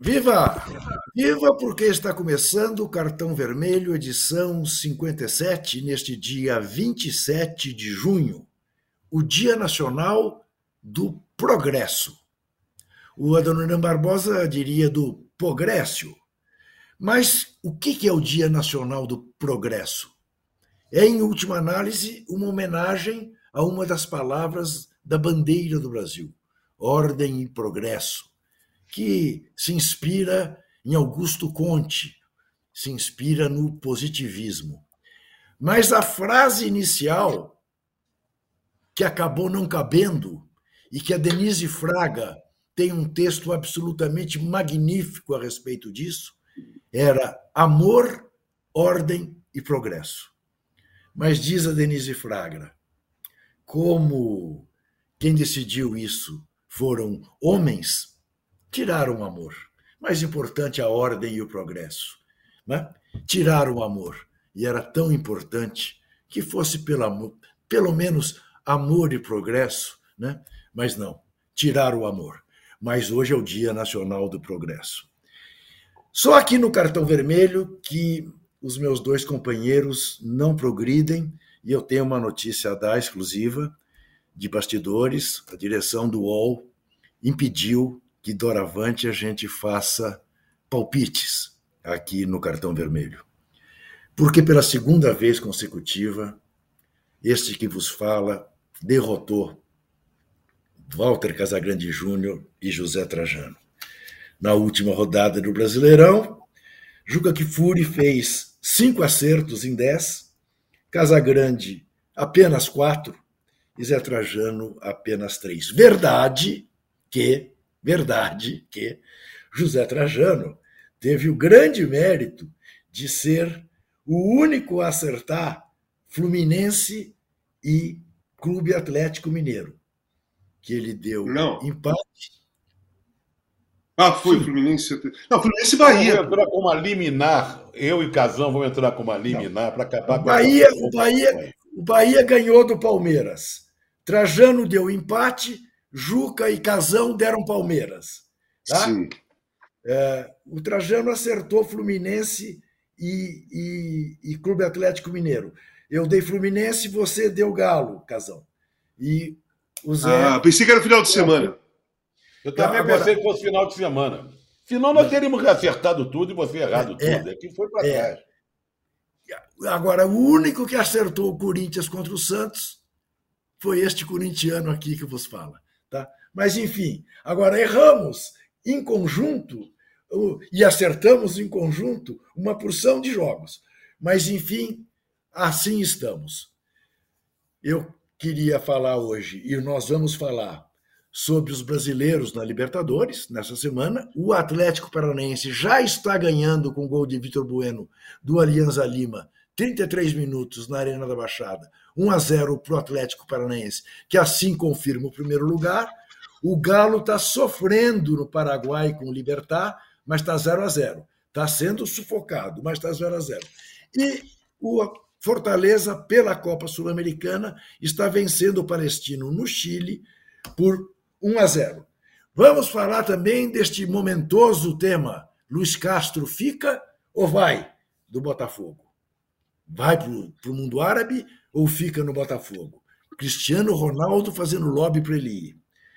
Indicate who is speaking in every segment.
Speaker 1: Viva! Viva porque está começando o Cartão Vermelho, edição 57, neste dia 27 de junho, o Dia Nacional do Progresso. O Adoniran Barbosa diria do progresso. Mas o que é o Dia Nacional do Progresso? É, em última análise, uma homenagem a uma das palavras da bandeira do Brasil, ordem e progresso, que se inspira em Augusto Conte, se inspira no positivismo. Mas a frase inicial, que acabou não cabendo, e que a Denise Fraga tem um texto absolutamente magnífico a respeito disso, era amor, ordem e progresso. Mas diz a Denise Fraga, como quem decidiu isso foram homens, tiraram o amor. Mais importante a ordem e o progresso. Né? Tiraram o amor. E era tão importante que fosse pelo menos amor e progresso, né? Mas não, tiraram o amor. Mas hoje é o Dia Nacional do Progresso. Só aqui no Cartão Vermelho que os meus dois companheiros não progridem, e eu tenho uma notícia a dar exclusiva de bastidores. A direção do UOL impediu que doravante a gente faça palpites aqui no Cartão Vermelho. Porque pela segunda vez consecutiva, este que vos fala derrotou Walter Casagrande Júnior e José Trajano. Na última rodada do Brasileirão, Juca Kfouri fez 5 acertos em 10, Casagrande apenas 4 e Zé Trajano apenas 3. Verdade que José Trajano teve o grande mérito de ser o único a acertar Fluminense e Clube Atlético Mineiro, que ele deu empate.
Speaker 2: Foi o Fluminense. Não, Fluminense e Bahia.
Speaker 3: Vamos entrar com uma liminar. Eu e Casão vamos entrar com uma liminar para acabar com
Speaker 1: o Bahia ganhou do Palmeiras. Trajano deu empate, Juca e Casão deram Palmeiras. Tá?
Speaker 2: Sim.
Speaker 1: O Trajano acertou Fluminense e Clube Atlético Mineiro. Eu dei Fluminense, você deu Galo, Casão. E o Zé...
Speaker 2: pensei que era final de semana.
Speaker 3: Eu também pensei que fosse final de semana. Senão nós teríamos acertado tudo e você errado tudo. É que foi para trás.
Speaker 1: Agora, o único que acertou o Corinthians contra o Santos foi este corintiano aqui que vos fala. Tá? Mas, enfim, agora erramos em conjunto e acertamos em conjunto uma porção de jogos. Mas, enfim, assim estamos. Eu queria falar hoje, e nós vamos falar sobre os brasileiros na Libertadores, nessa semana. O Atlético Paranaense já está ganhando com o gol de Vitor Bueno do Alianza Lima, 33 minutos na Arena da Baixada, 1-0 para o Atlético Paranaense, que assim confirma o primeiro lugar. O Galo está sofrendo no Paraguai com o Libertad, mas está 0-0. Está sendo sufocado, mas está 0-0. E o Fortaleza, pela Copa Sul-Americana, está vencendo o Palestino no Chile por 1-0. Vamos falar também deste momentoso tema. Luiz Castro fica ou vai do Botafogo? Vai para o mundo árabe ou fica no Botafogo? Cristiano Ronaldo fazendo lobby para ele ir.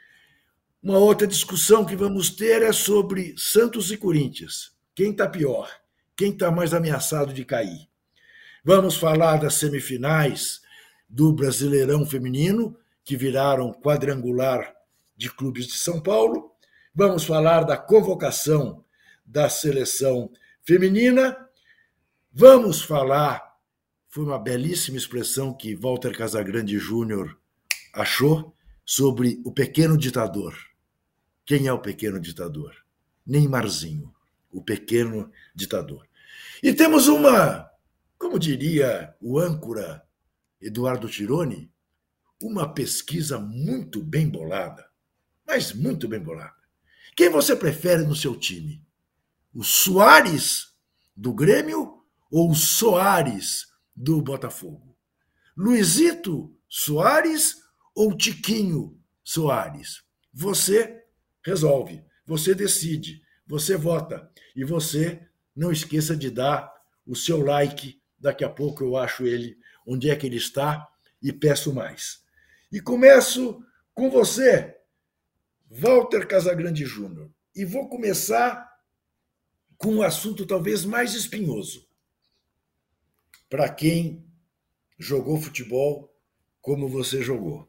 Speaker 1: Uma outra discussão que vamos ter é sobre Santos e Corinthians. Quem está pior? Quem está mais ameaçado de cair? Vamos falar das semifinais do Brasileirão Feminino, que viraram quadrangular de clubes de São Paulo. Vamos falar da convocação da seleção feminina. Vamos falar, foi uma belíssima expressão que Walter Casagrande Júnior achou, sobre o pequeno ditador. Quem é o pequeno ditador? Neymarzinho, o pequeno ditador. E temos como diria o âncora Eduardo Tironi, uma pesquisa muito bem bolada, mas muito bem bolada. Quem você prefere no seu time? O Soares do Grêmio ou o Soares do Botafogo? Luizito Soares ou Tiquinho Soares? Você resolve, você decide. você vota. E você não esqueça de dar o seu like. Daqui a pouco eu acho ele, onde é que ele está, e peço mais. E começo com você, Walter Casagrande Júnior. E vou começar com um assunto talvez mais espinhoso para quem jogou futebol como você jogou.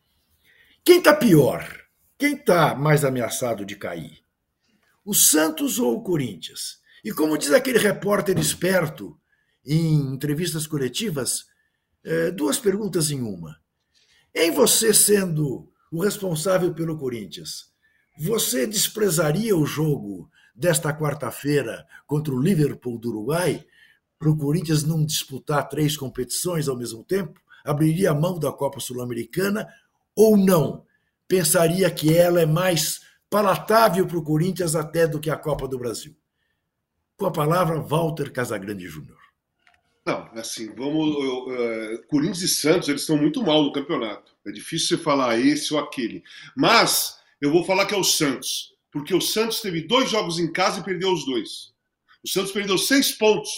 Speaker 1: Quem está pior? Quem está mais ameaçado de cair? O Santos ou o Corinthians? E como diz aquele repórter esperto em entrevistas coletivas, duas perguntas em uma. Em você sendo o responsável pelo Corinthians, você desprezaria o jogo desta quarta-feira contra o Liverpool do Uruguai, para o Corinthians não disputar 3 competições ao mesmo tempo? Abriria a mão da Copa Sul-Americana ou não? Pensaria que ela é mais palatável para o Corinthians até do que a Copa do Brasil? Com a palavra, Walter Casagrande Júnior.
Speaker 2: Não, assim, Corinthians e Santos, eles estão muito mal no campeonato. É difícil você falar esse ou aquele. Mas eu vou falar que é o Santos. Porque o Santos teve 2 jogos em casa e perdeu os 2. O Santos perdeu 6 pontos.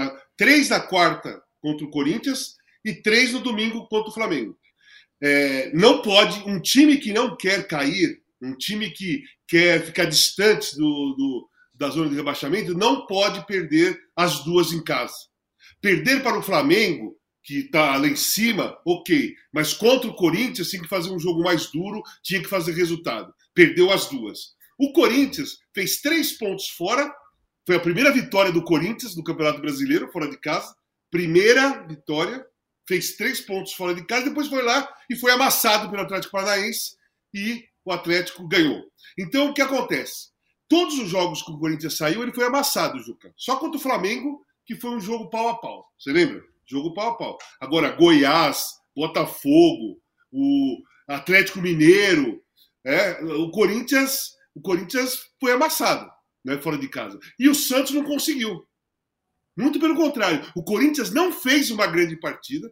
Speaker 2: 3 na quarta contra o Corinthians e 3 no domingo contra o Flamengo. Não pode, um time que não quer cair, um time que quer ficar distante da zona de rebaixamento, não pode perder as 2 em casa. Perder para o Flamengo, que está lá em cima, ok. Mas contra o Corinthians tinha que fazer um jogo mais duro, tinha que fazer resultado. Perdeu as 2. O Corinthians fez 3 pontos fora. Foi a primeira vitória do Corinthians no Campeonato Brasileiro, fora de casa. Primeira vitória. Fez 3 pontos fora de casa. Depois foi lá e foi amassado pelo Atlético Paranaense. E o Atlético ganhou. Então, o que acontece? Todos os jogos que o Corinthians saiu, ele foi amassado, Juca. Só contra o Flamengo, que foi um jogo pau a pau. Você lembra? Jogo pau a pau. Agora, Goiás, Botafogo, o Atlético Mineiro, o Corinthians foi amassado, né, fora de casa. E o Santos não conseguiu. Muito pelo contrário. O Corinthians não fez uma grande partida.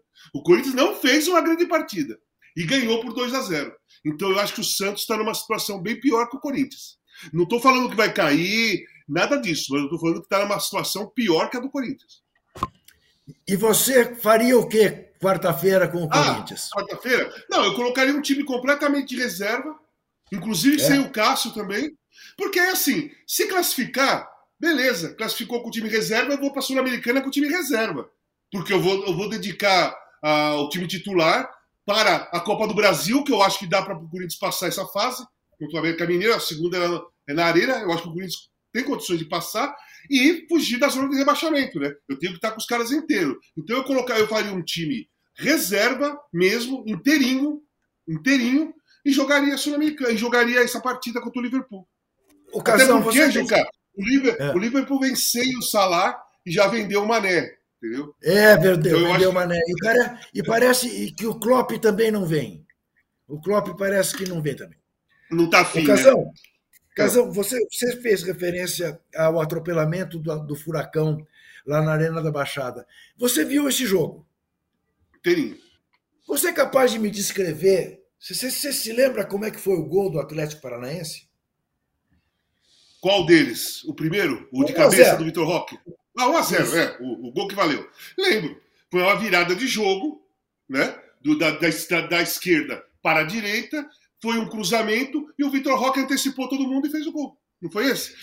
Speaker 2: E ganhou por 2-0. Então eu acho que o Santos está numa situação bem pior que o Corinthians. Não estou falando que vai cair, nada disso, mas eu estou falando que está numa situação pior que a do Corinthians.
Speaker 1: E você faria o quê quarta-feira com o Corinthians?
Speaker 2: Quarta-feira? Não, eu colocaria um time completamente de reserva, inclusive sem o Cássio também, porque é assim, se classificar, beleza, classificou com o time reserva, eu vou para a Sul-Americana com o time reserva, porque eu vou dedicar o time titular para a Copa do Brasil, que eu acho que dá para o Corinthians passar essa fase, contra o América Mineiro, a segunda é na Arena, eu acho que o Corinthians tem condições de passar e fugir da zona de rebaixamento, né? Eu tenho que estar com os caras inteiros. Então eu faria um time reserva mesmo, inteirinho, e jogaria a Sul-Americana, e jogaria essa partida contra o Liverpool. Até porque, Juca, o Liverpool venceu o Salah e já vendeu o Mané, entendeu?
Speaker 1: Vendeu o Mané. E parece que o Klopp também não vem. O Klopp parece que não vem também.
Speaker 2: Não está afim,
Speaker 1: Casão, você fez referência ao atropelamento do Furacão lá na Arena da Baixada. Você viu esse jogo?
Speaker 2: Inteirinho.
Speaker 1: Você é capaz de me descrever? Você se lembra como é que foi o gol do Atlético Paranaense?
Speaker 2: Qual deles? O primeiro? O de cabeça do Vitor Roque? 1-0, o gol que valeu. Lembro. Foi uma virada de jogo, né? Da esquerda para a direita. Foi um cruzamento e o Vitor Roque antecipou todo mundo e fez o gol. Não foi esse?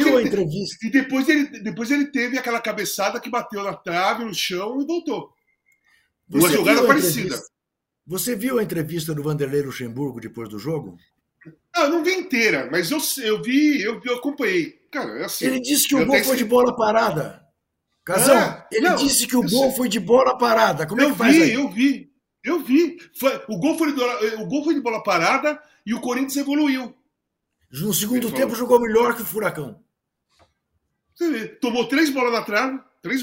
Speaker 2: Depois ele teve aquela cabeçada que bateu na trave, no chão e voltou. Uma jogada parecida.
Speaker 1: Você viu a entrevista do Vanderlei Luxemburgo depois do jogo?
Speaker 2: Não vi inteira, mas eu vi, eu acompanhei. Cara, é assim.
Speaker 1: Ele disse que o gol foi de bola parada. Casão, ele disse que o gol foi de bola parada. Como é que faz aí?
Speaker 2: Eu vi. O gol foi de bola parada e o Corinthians evoluiu.
Speaker 1: No segundo tempo jogou melhor que o Furacão.
Speaker 2: Você vê, tomou 3 bolas na trave.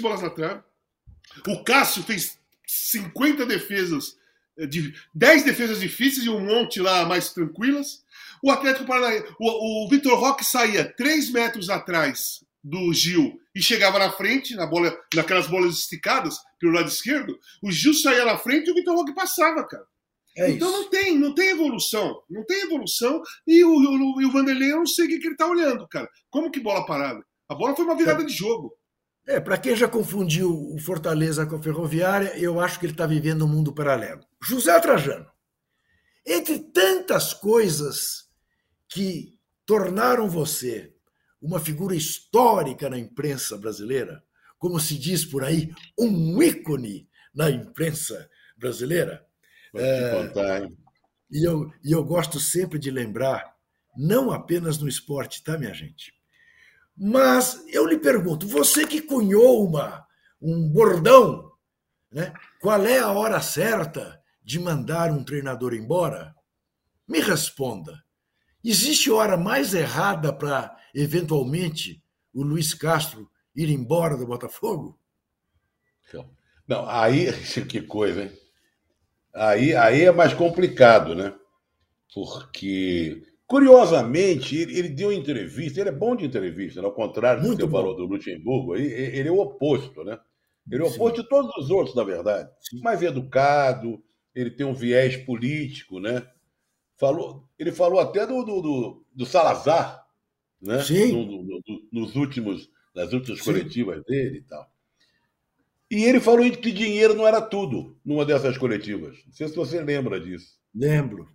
Speaker 2: O Cássio fez 50 defesas, 10 defesas difíceis e um monte lá mais tranquilas. O Atlético Paranaense, o Vitor Roque saía 3 metros atrás do Gil e chegava na frente, naquelas bolas esticadas pelo lado esquerdo. O Gil saía na frente e o Vitor Roque passava, cara. Então não tem evolução. Não tem evolução. E o Vanderlei, eu não sei o que ele está olhando, cara. Como que bola parada? A bola foi uma virada de jogo.
Speaker 1: Para quem já confundiu o Fortaleza com a Ferroviária, eu acho que ele está vivendo um mundo paralelo. José Trajano, entre tantas coisas que tornaram você uma figura histórica na imprensa brasileira, como se diz por aí, um ícone na imprensa brasileira.
Speaker 3: Vou te contar, hein?
Speaker 1: E eu gosto sempre de lembrar, não apenas no esporte, tá, minha gente? Mas eu lhe pergunto, você que cunhou um bordão, né? Qual é a hora certa de mandar um treinador embora? Me responda. Existe hora mais errada para, eventualmente, o Luiz Castro ir embora do Botafogo?
Speaker 3: Não, aí, que coisa, hein? Aí é mais complicado, né? Porque, curiosamente, ele deu entrevista, ele é bom de entrevista, né? Ao contrário do que você falou do Luxemburgo, ele é o oposto, né? Ele é o oposto de todos os outros, na verdade. Sim. Mais educado, ele tem um viés político, né? Ele falou até do Salazar, né?
Speaker 1: Sim.
Speaker 3: Nas últimas coletivas dele e tal. E ele falou que dinheiro não era tudo numa dessas coletivas. Não sei se você lembra disso.
Speaker 1: Lembro.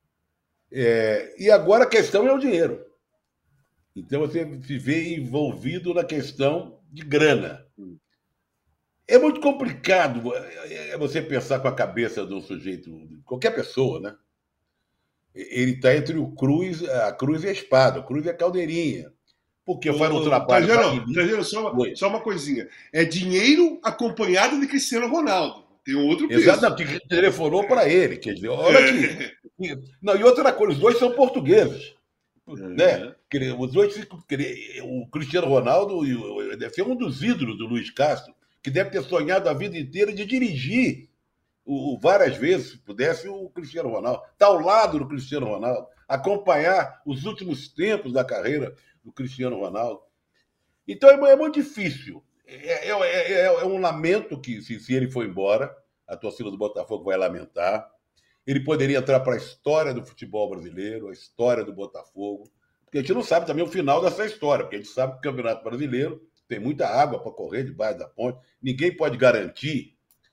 Speaker 3: E agora a questão é o dinheiro. Então você se vê envolvido na questão de grana. É muito complicado você pensar com a cabeça de um sujeito, qualquer pessoa, né? Ele está entre a cruz e a espada. A cruz e a caldeirinha. Porque faz um trabalho...
Speaker 2: Trajano, só uma coisinha. É dinheiro acompanhado de Cristiano Ronaldo. Tem um outro peso.
Speaker 3: Exato, que telefonou para ele. Quer dizer, olha aqui. Não, e outra coisa, os dois são portugueses. Né? Os dois, o Cristiano Ronaldo deve ser um dos ídolos do Luiz Castro, que deve ter sonhado a vida inteira de dirigir várias vezes, se pudesse, o Cristiano Ronaldo. Está ao lado do Cristiano Ronaldo, acompanhar os últimos tempos da carreira do Cristiano Ronaldo. Então é muito difícil. É um lamento que, se ele for embora, a torcida do Botafogo vai lamentar. Ele poderia entrar para a história do futebol brasileiro, a história do Botafogo, porque a gente não sabe também o final dessa história, porque a gente sabe que o Campeonato Brasileiro tem muita água para correr debaixo da ponte, ninguém pode garantir.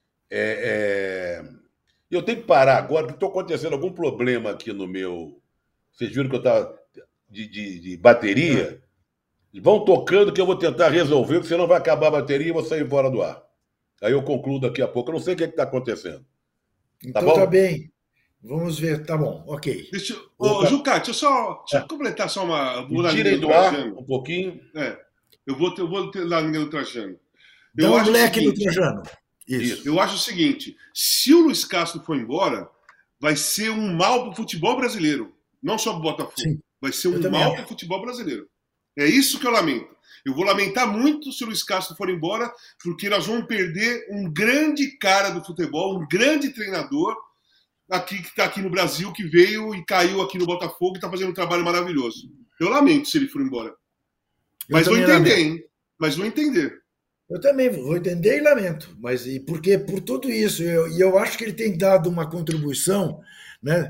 Speaker 3: Eu tenho que parar agora, que está acontecendo algum problema aqui no meu... Vocês viram que eu estava de bateria? Vão tocando que eu vou tentar resolver, porque senão vai acabar a bateria e eu vou sair fora do ar. Aí eu concluo daqui a pouco. Eu não sei o que está acontecendo.
Speaker 1: Então tá bem. Vamos ver. Tá bom, ok.
Speaker 2: Juca, deixa eu completar só uma...
Speaker 3: Tirem do ar um pouquinho.
Speaker 2: Eu vou ter na linha do Trajano.
Speaker 1: Dá um leque do Trajano.
Speaker 2: Isso. Eu acho o seguinte, se o Luiz Castro for embora, vai ser um mal para o futebol brasileiro. Não só para o Botafogo. Sim, vai ser um mal para o futebol brasileiro. É isso que eu lamento. Eu vou lamentar muito se o Luiz Castro for embora, porque nós vamos perder um grande cara do futebol, um grande treinador que está aqui no Brasil, que veio e caiu aqui no Botafogo e está fazendo um trabalho maravilhoso. Eu lamento se ele for embora. Mas vou entender, hein? Mas vou entender.
Speaker 1: Eu também vou entender e lamento, mas porque por tudo isso, eu acho que ele tem dado uma contribuição, né,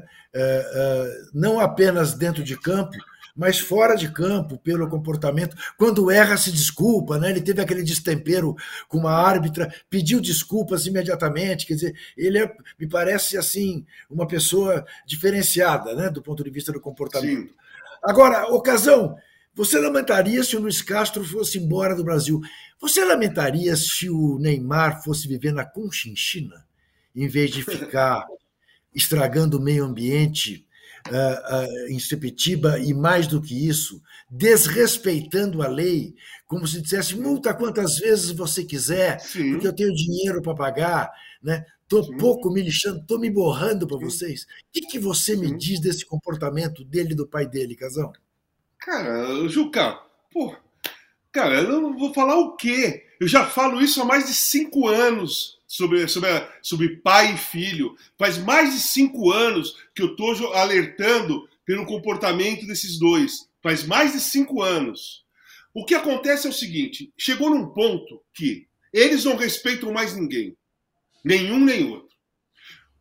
Speaker 1: não apenas dentro de campo, mas fora de campo, pelo comportamento. Quando erra, se desculpa, né? Ele teve aquele destempero com uma árbitra, pediu desculpas imediatamente, quer dizer, ele me parece assim uma pessoa diferenciada, né, do ponto de vista do comportamento. Sim. Agora, Ocasão, você lamentaria se o Luiz Castro fosse embora do Brasil? Você lamentaria se o Neymar fosse viver na Conchinchina, em vez de ficar estragando o meio ambiente em Sepetiba e, mais do que isso, desrespeitando a lei, como se dissesse, multa quantas vezes você quiser, Sim. porque eu tenho dinheiro para pagar, né? Estou pouco me lixando, estou me borrando para vocês. O que você me diz desse comportamento dele e do pai dele, Casão?
Speaker 2: Cara, Juca, cara, eu não vou falar o quê? Eu já falo isso há mais de 5 anos sobre pai e filho. Faz mais de 5 anos que eu estou alertando pelo comportamento desses dois. Faz mais de 5 anos. O que acontece é o seguinte, chegou num ponto que eles não respeitam mais ninguém. Nenhum nem outro.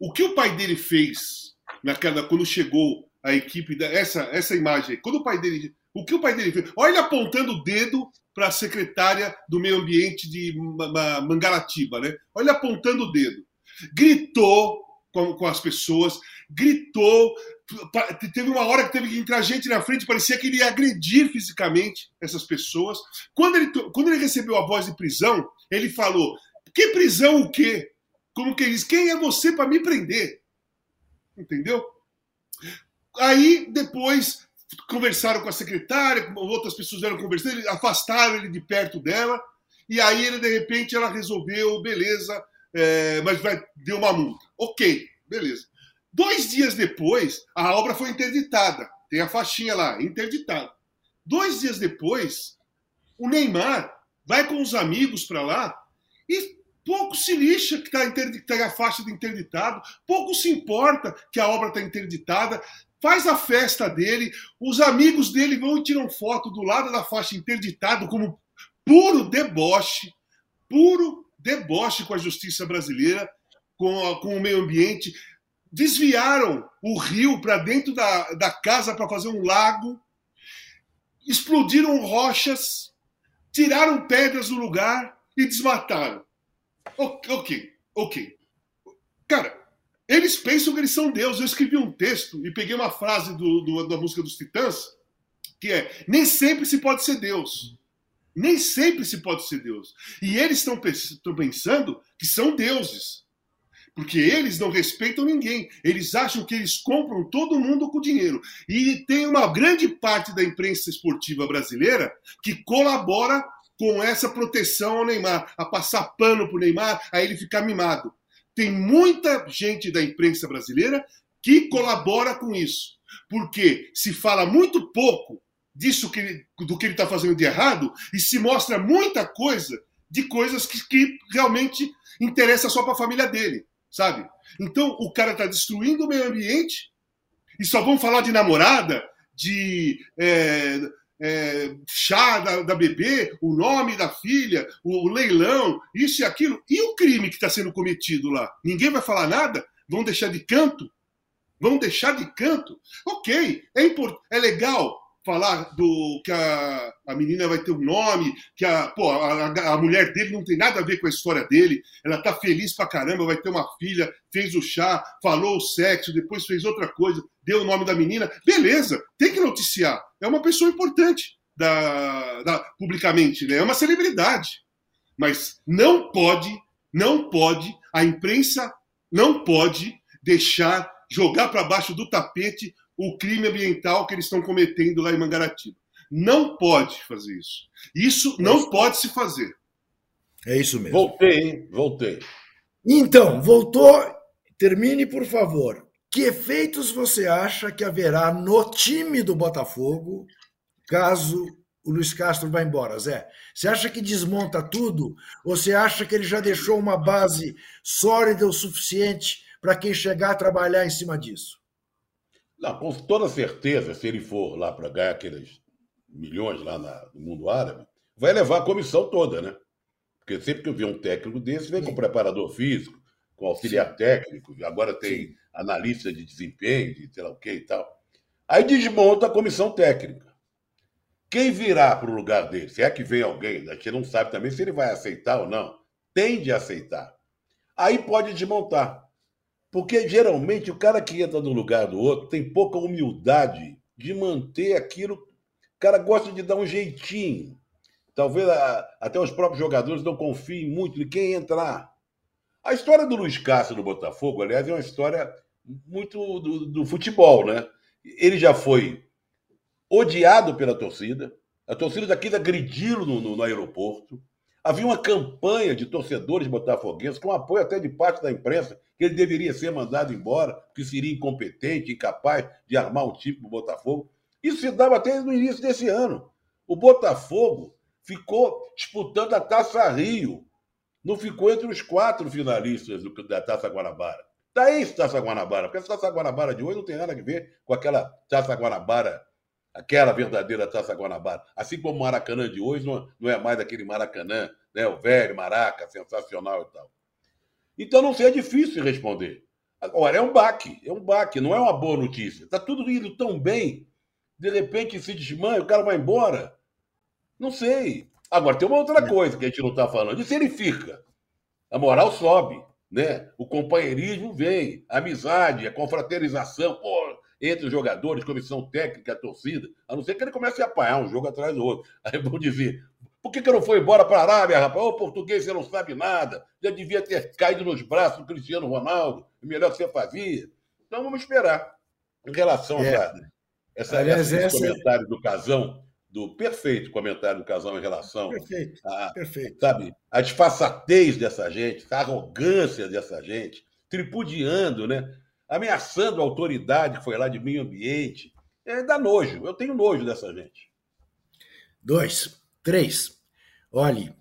Speaker 2: O que o pai dele fez quando chegou a equipe, essa imagem, o que o pai dele fez? Olha ele apontando o dedo para a secretária do meio ambiente de Mangaratiba, né? Olha ele apontando o dedo. Gritou com as pessoas, gritou. Teve uma hora que teve que entrar gente na frente, parecia que ele ia agredir fisicamente essas pessoas. Quando ele recebeu a voz de prisão, ele falou: que prisão o quê? Como que ele diz? Quem é você para me prender? Entendeu? Aí, depois, conversaram com a secretária, outras pessoas vieram conversando, afastaram ele de perto dela, e aí, de repente, ela resolveu, beleza, mas deu uma multa. Ok, beleza. 2 dias depois, a obra foi interditada. Tem a faixinha lá, interditada. 2 dias depois, o Neymar vai com os amigos para lá e pouco se lixa que está a faixa de interditado, pouco se importa que a obra está interditada, faz a festa dele, os amigos dele vão e tiram foto do lado da faixa interditada como puro deboche com a justiça brasileira, com o meio ambiente. Desviaram o rio para dentro da casa para fazer um lago, explodiram rochas, tiraram pedras do lugar e desmataram. Ok. Cara, eles pensam que eles são Deus. Eu escrevi um texto e peguei uma frase da música dos Titãs, que é: nem sempre se pode ser Deus. Nem sempre se pode ser Deus. E eles estão pensando que são deuses. Porque eles não respeitam ninguém. Eles acham que eles compram todo mundo com dinheiro. E tem uma grande parte da imprensa esportiva brasileira que colabora com essa proteção ao Neymar, a passar pano pro Neymar, a ele ficar mimado. Tem muita gente da imprensa brasileira que colabora com isso. Porque se fala muito pouco do que ele está fazendo de errado e se mostra muita coisa de coisas que realmente interessam só para a família dele. Sabe? Então, o cara está destruindo o meio ambiente e só vão falar de namorada, de chá da bebê, o nome da filha, o leilão, isso e aquilo. E o crime que está sendo cometido lá? Ninguém vai falar nada? Vão deixar de canto? Ok, é legal falar que a menina vai ter um nome, que a mulher dele não tem nada a ver com a história dele, ela tá feliz pra caramba, vai ter uma filha, fez o chá, falou o sexo, depois fez outra coisa, deu o nome da menina. Beleza, tem que noticiar. É uma pessoa importante publicamente, né? É uma celebridade. Mas não pode, a imprensa não pode jogar para baixo do tapete o crime ambiental que eles estão cometendo lá em Mangaratiba. Não pode fazer isso. Isso não pode se fazer.
Speaker 1: É isso mesmo.
Speaker 3: Voltei.
Speaker 1: Então, voltou. Termine, por favor. Que efeitos você acha que haverá no time do Botafogo caso o Luiz Castro vá embora, Zé? Você acha que desmonta tudo? Ou você acha que ele já deixou uma base sólida o suficiente para quem chegar a trabalhar em cima disso?
Speaker 3: Não, com toda certeza, se ele for lá para ganhar aqueles milhões lá no mundo árabe, vai levar a comissão toda, né? Porque sempre que eu ver um técnico desse, vem com preparador físico, com auxiliar técnico, agora tem analista de desempenho, de sei lá o que e tal. Aí desmonta a comissão técnica. Quem virá para o lugar dele? Se é que vem alguém, a gente não sabe também se ele vai aceitar ou não. Tende a aceitar. Aí pode desmontar. Porque, geralmente, o cara que entra no lugar do outro tem pouca humildade de manter aquilo. O cara gosta de dar um jeitinho. Talvez até os próprios jogadores não confiem muito em quem entrar. A história do Luiz Castro no Botafogo, aliás, é uma história muito do futebol, né? Ele já foi odiado pela torcida. A torcida já quis agredi-lo no aeroporto. Havia uma campanha de torcedores botafoguenses, com apoio até de parte da imprensa, que ele deveria ser mandado embora, que seria incompetente, incapaz de armar um time para o Botafogo. Isso se dava até no início desse ano. O Botafogo ficou disputando a Taça Rio. Não ficou entre os 4 finalistas da Taça Guanabara. Daí essa Taça Guanabara, porque essa Taça Guanabara de hoje não tem nada a ver com aquela Taça Guanabara, aquela verdadeira Taça Guanabara. Assim como o Maracanã de hoje não é mais aquele Maracanã, né? O velho Maraca, sensacional e tal. Então não seria difícil responder. Agora, é um baque, não é uma boa notícia. Está tudo indo tão bem, de repente se desmanha, o cara vai embora. Não sei. Agora, tem uma outra coisa que a gente não está falando. E se ele fica? A moral sobe, né? O companheirismo vem, a amizade, a confraternização, pô, entre os jogadores, comissão técnica, a torcida, a não ser que ele comece a apanhar um jogo atrás do outro. Aí vão dizer, por que não foi embora para a Arábia, rapaz? Ô, português, você não sabe nada. Já devia ter caído nos braços do Cristiano Ronaldo. O melhor que você fazia. Então vamos esperar. Em relação a esse comentário do Casão, do perfeito comentário do Casão em relação
Speaker 1: Perfeito.
Speaker 3: Sabe, a disfarçatez dessa gente, a arrogância dessa gente, tripudiando, né? Ameaçando a autoridade que foi lá de meio ambiente. Dá nojo. Eu tenho nojo dessa gente.
Speaker 1: 2, 3. Olhe,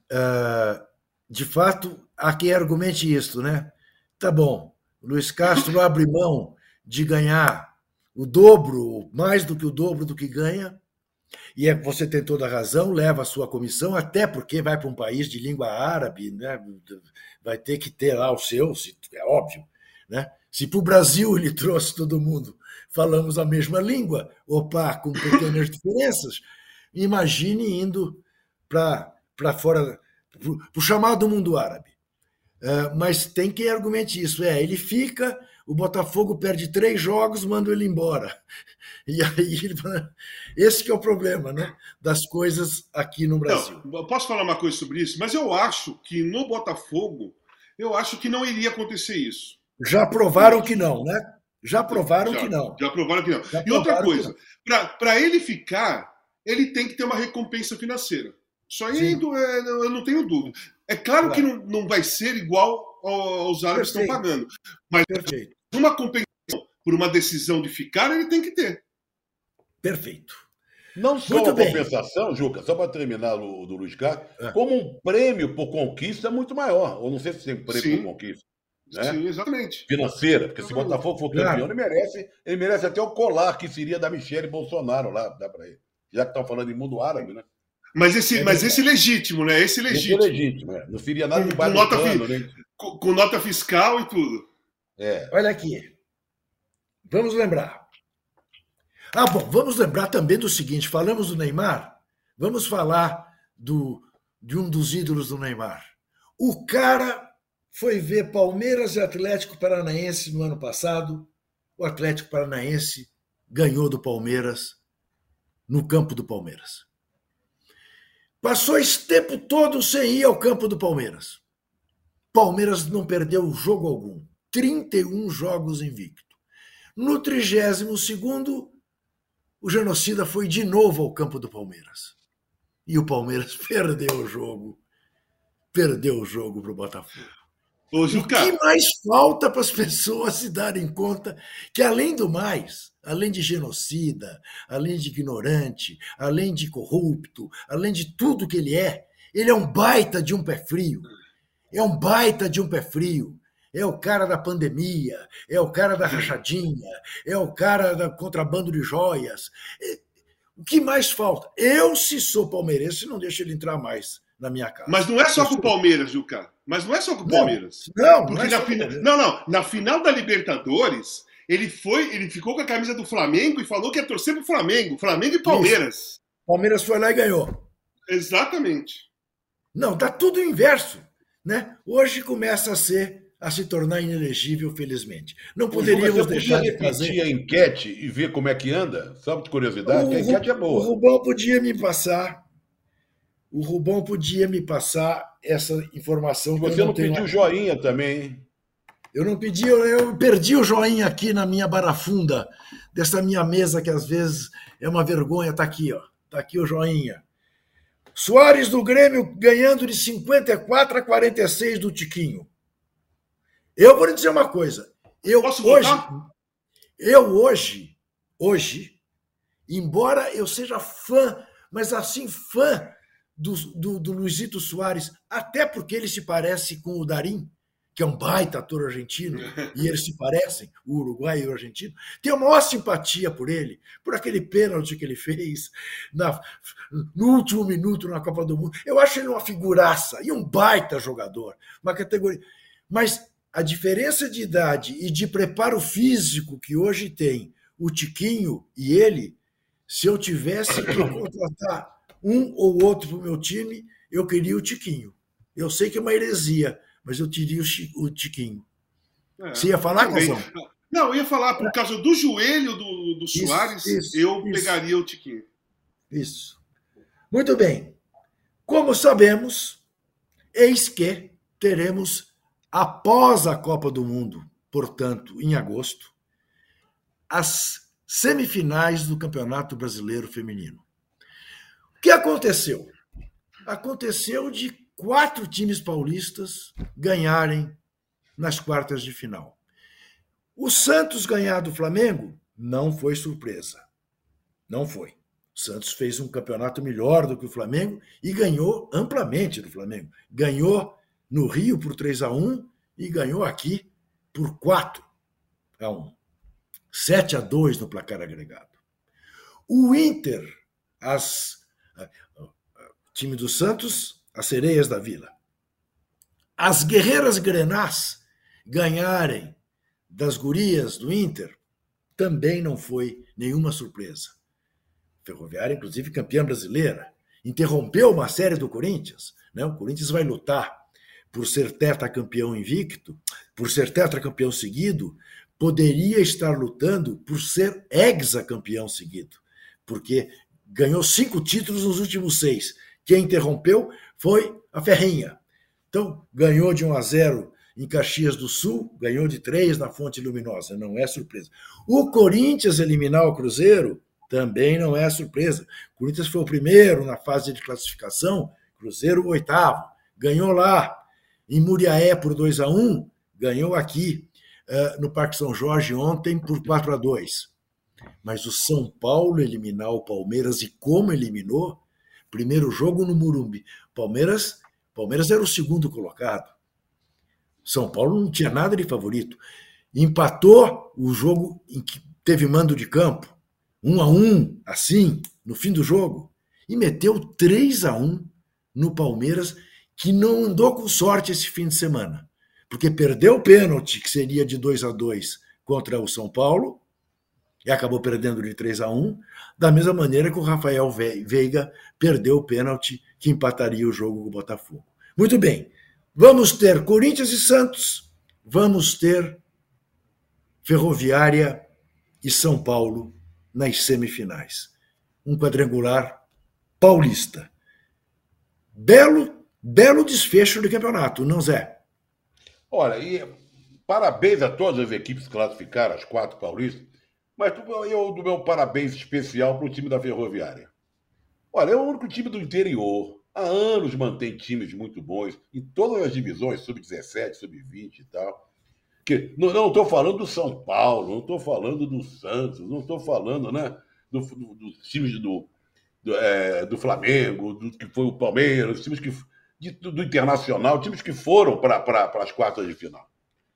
Speaker 1: de fato, há quem argumente isso, né? Tá bom, o Luiz Castro abre mão de ganhar o dobro, mais do que o dobro do que ganha, e você tem toda a razão, leva a sua comissão, até porque vai para um país de língua árabe, né? Vai ter que ter lá o seu, é óbvio, né? Se para o Brasil ele trouxe todo mundo, falamos a mesma língua, opa, com pequenas diferenças, imagine indo para fora, para o chamado mundo árabe. Mas tem quem argumente isso. Ele fica, o Botafogo perde 3 jogos, manda ele embora. E aí, esse que é o problema, né, das coisas aqui no Brasil.
Speaker 2: Não, eu posso falar uma coisa sobre isso, mas eu acho que no Botafogo, eu acho que não iria acontecer isso.
Speaker 1: Já provaram que não, né? Já provaram que não.
Speaker 2: Já provaram que não. E outra coisa, para ele ficar, ele tem que ter uma recompensa financeira. Isso aí eu não tenho dúvida. É claro que não vai ser igual aos árabes estão pagando. Mas uma compensação por uma decisão de ficar, ele tem que ter.
Speaker 1: Perfeito.
Speaker 3: Não só muito uma compensação, Juca, só para terminar do Luiz Carlos, como um prêmio por conquista muito maior. Ou não sei se tem prêmio por conquista. Né?
Speaker 2: Sim, exatamente.
Speaker 3: Financeira, porque se o Botafogo for campeão, ele merece até o colar que seria da Michele Bolsonaro lá, dá para ele. Já que estão falando em mundo árabe, né?
Speaker 2: Mas esse legítimo, né? Esse legítimo.
Speaker 3: Não seria nada de baixo
Speaker 2: com nota fiscal e tudo.
Speaker 1: Olha aqui. Vamos lembrar. Vamos lembrar também do seguinte, falamos do Neymar, vamos falar de um dos ídolos do Neymar. O cara foi ver Palmeiras e Atlético Paranaense no ano passado. O Atlético Paranaense ganhou do Palmeiras no campo do Palmeiras. Passou esse tempo todo sem ir ao campo do Palmeiras. Palmeiras não perdeu jogo algum. 31 jogos invicto. No 32º, o genocida foi de novo ao campo do Palmeiras. E o Palmeiras perdeu o jogo. Perdeu o jogo para o Botafogo.
Speaker 2: Ô, Juca.
Speaker 1: O que mais falta para as pessoas se darem conta que, além do mais, além de genocida, além de ignorante, além de corrupto, além de tudo que ele é um baita de um pé frio. É um baita de um pé frio. É o cara da pandemia, é o cara da rachadinha, é o cara da contrabando de joias. O que mais falta? Eu, se sou palmeirense, não deixo ele entrar mais na minha casa.
Speaker 2: Mas não é só com o Palmeiras, Juca. Mas não é só com o Palmeiras. Na final da Libertadores, ele ficou com a camisa do Flamengo e falou que ia torcer pro Flamengo. Flamengo e Palmeiras.
Speaker 1: Isso. Palmeiras foi lá e ganhou.
Speaker 2: Exatamente.
Speaker 1: Não, tá tudo o inverso, né? Hoje começa a se tornar inelegível, felizmente. Não poderíamos deixar de fazer
Speaker 3: a enquete e ver como é que anda? Só de curiosidade, a enquete é boa.
Speaker 1: O Rubão podia me passar essa informação.
Speaker 3: Você não pediu joinha também, hein?
Speaker 1: Eu não pedi, eu perdi o joinha aqui na minha barafunda, dessa minha mesa que às vezes é uma vergonha. Tá aqui, ó. Tá aqui o joinha. Soares do Grêmio ganhando de 54-46 do Tiquinho. Eu vou lhe dizer uma coisa. Hoje, embora eu seja fã, mas assim, fã do Luizito Soares, até porque ele se parece com o Darín, que é um baita ator argentino, e eles se parecem, o uruguaio e o argentino, tenho a maior simpatia por ele, por aquele pênalti que ele fez no último minuto na Copa do Mundo. Eu acho ele uma figuraça e um baita jogador, uma categoria. Mas a diferença de idade e de preparo físico que hoje tem o Tiquinho e ele, se eu tivesse que contratar um ou outro para o meu time, eu queria o Tiquinho. Eu sei que é uma heresia, mas eu teria o Tiquinho. Você ia falar, Casão?
Speaker 2: Não, eu ia falar, por causa do joelho do Soares, eu pegaria o Tiquinho.
Speaker 1: Isso. Muito bem. Como sabemos, eis que teremos, após a Copa do Mundo, portanto, em agosto, as semifinais do Campeonato Brasileiro Feminino. O que aconteceu? Aconteceu de 4 times paulistas ganharem nas quartas de final. O Santos ganhar do Flamengo não foi surpresa. Não foi. O Santos fez um campeonato melhor do que o Flamengo e ganhou amplamente do Flamengo. Ganhou no Rio por 3-1 e ganhou aqui por 4-1. 7-2 no placar agregado. O Inter, time do Santos, as sereias da Vila. As guerreiras grenás ganharem das gurias do Inter também não foi nenhuma surpresa. Ferroviária, inclusive, campeã brasileira, interrompeu uma série do Corinthians. Né? O Corinthians vai lutar por ser tetracampeão invicto, por ser tetracampeão seguido, poderia estar lutando por ser hexacampeão seguido, porque ganhou 5 títulos nos últimos 6. Quem interrompeu foi a Ferrinha. Então, ganhou de 1-0 em Caxias do Sul, ganhou de 3 na Fonte Luminosa, não é surpresa. O Corinthians eliminar o Cruzeiro também não é surpresa. O Corinthians foi o primeiro na fase de classificação, Cruzeiro o 8º, ganhou lá. Em Muriaé por 2-1, ganhou aqui no Parque São Jorge ontem por 4-2. Mas o São Paulo eliminar o Palmeiras, e como eliminou, primeiro jogo no Morumbi. Palmeiras era o segundo colocado. São Paulo não tinha nada de favorito. Empatou o jogo em que teve mando de campo, 1-1, assim, no fim do jogo, e meteu 3-1 no Palmeiras, que não andou com sorte esse fim de semana, porque perdeu o pênalti, que seria de 2-2 contra o São Paulo, e acabou perdendo de 3-1, da mesma maneira que o Rafael Veiga perdeu o pênalti, que empataria o jogo com o Botafogo. Muito bem, vamos ter Corinthians e Santos, vamos ter Ferroviária e São Paulo nas semifinais. Um quadrangular paulista. Belo desfecho do campeonato, não, Zé?
Speaker 3: Olha, e parabéns a todas as equipes que classificaram, as 4 paulistas, mas eu dou meu parabéns especial para o time da Ferroviária. Olha, é o único time do interior. Há anos mantém times muito bons em todas as divisões, sub-17, sub-20 e tal. Que, não estou falando do São Paulo, não estou falando do Santos, não estou falando, né, dos times do Flamengo, do que foi o Palmeiras, times do Internacional, times que foram para as quartas de final.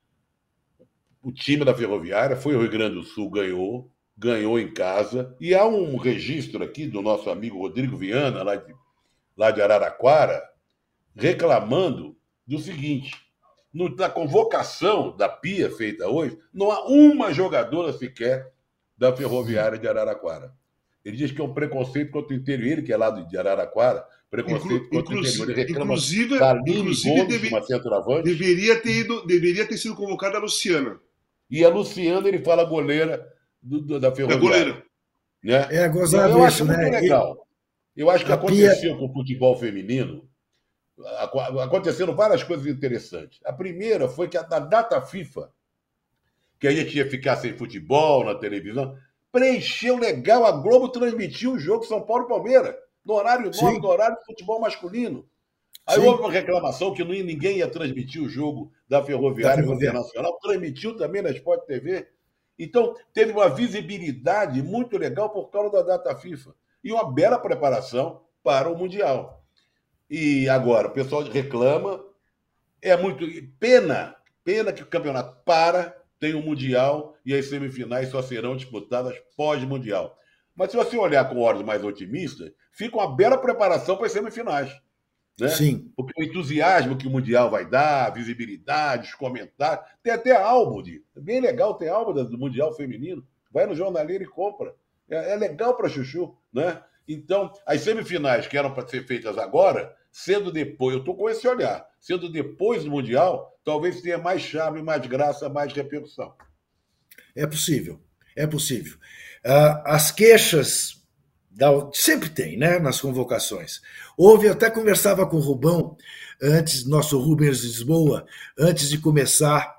Speaker 3: O time da Ferroviária foi ao Rio Grande do Sul, ganhou em casa, e há um registro aqui do nosso amigo Rodrigo Viana, lá de Araraquara, reclamando do seguinte: na convocação da Pia feita hoje, não há uma jogadora sequer da Ferroviária de Araraquara. Ele diz que é um preconceito contra o interior, ele que é lá de Araraquara, preconceito contra o interior. Ele reclama da Aline Gomes, uma centroavante.
Speaker 2: Deveria ter sido convocada a Luciana.
Speaker 3: E a Luciana, ele fala goleira da Ferroviária.
Speaker 2: Da goleira.
Speaker 3: Né?
Speaker 1: É gozado
Speaker 3: eu
Speaker 1: isso,
Speaker 3: acho muito
Speaker 1: né?
Speaker 3: legal. Eu acho que aconteceu com o futebol feminino, aconteceram várias coisas interessantes. A primeira foi que na data FIFA, que a gente ia ficar sem futebol na televisão, preencheu legal, a Globo transmitiu o jogo São Paulo e Palmeiras, no horário nobre, no horário de futebol masculino. Aí houve uma reclamação que ninguém ia transmitir o jogo da Ferroviária Internacional, transmitiu também na Sport TV. Então, teve uma visibilidade muito legal por causa da data FIFA. E uma bela preparação para o Mundial. E agora, o pessoal reclama, é muito... Pena que o campeonato tem o Mundial e as semifinais só serão disputadas pós-Mundial. Mas se você olhar com olhos mais otimistas, fica uma bela preparação para as semifinais. né?
Speaker 1: Sim.
Speaker 3: Porque o entusiasmo que o Mundial vai dar, a visibilidade, os comentários. Tem até álbum, é bem legal, tem álbum do Mundial Feminino. Vai no jornaleiro e compra. É legal para chuchu, né? Então, as semifinais que eram para ser feitas agora, sendo depois, eu estou com esse olhar, sendo depois do Mundial, talvez tenha mais charme, mais graça, mais repercussão.
Speaker 1: É possível, é possível. As queixas sempre tem, né, nas convocações. Eu até conversava com o Rubão, nosso Rubens Lisboa, antes de começar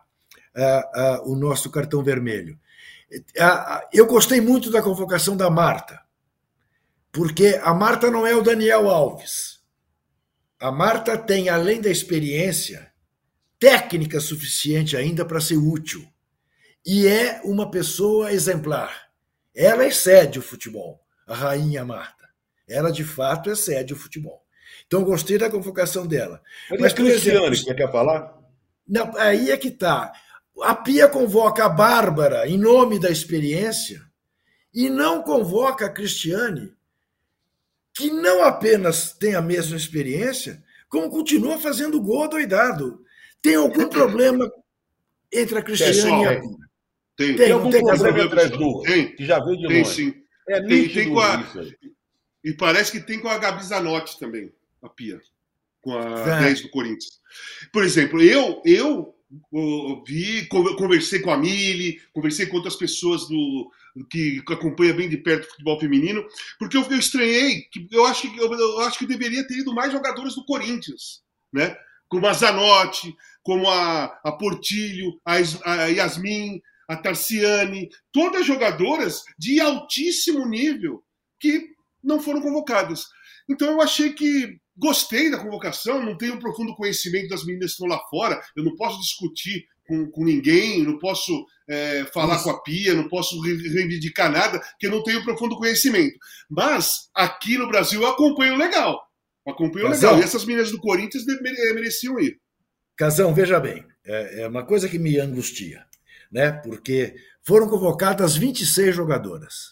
Speaker 1: o nosso cartão vermelho. Eu gostei muito da convocação da Marta, porque a Marta não é o Daniel Alves. A Marta tem, além da experiência, técnica suficiente ainda para ser útil. E é uma pessoa exemplar. Ela excede o futebol, a rainha Marta. Ela, de fato, excede o futebol. Então, gostei da convocação dela.
Speaker 3: Mas Cristiane, você quer falar?
Speaker 1: Não, aí é que está. A Pia convoca a Bárbara em nome da experiência e não convoca a Cristiane, que não apenas tem a mesma experiência, como continua fazendo gol adoidado. Tem algum problema entre a Cristiane e a Pia?
Speaker 3: Tem algum problema entre as duas?
Speaker 2: Tem.
Speaker 3: Que já veio de
Speaker 2: tem,
Speaker 3: longe.
Speaker 2: Sim.
Speaker 3: É
Speaker 2: tem com e parece que tem com a Gabi Zanotti também, a Pia, com a 10 do Corinthians. Por exemplo, eu conversei com a Mili, conversei com outras pessoas que acompanham bem de perto o futebol feminino, porque eu estranhei, eu acho que deveria ter ido mais jogadores do Corinthians, né? Como a Zanotti, como a Portilho, a Yasmin, a Tarciane, todas jogadoras de altíssimo nível que não foram convocadas. Então eu achei que gostei da convocação, não tenho um profundo conhecimento das meninas que estão lá fora, eu não posso discutir com ninguém, não posso falar com a Pia, não posso reivindicar nada, porque eu não tenho profundo conhecimento. Mas aqui no Brasil eu acompanho legal. E essas meninas do Corinthians mereciam ir.
Speaker 1: Casão, veja bem, é uma coisa que me angustia, né? Porque foram convocadas 26 jogadoras.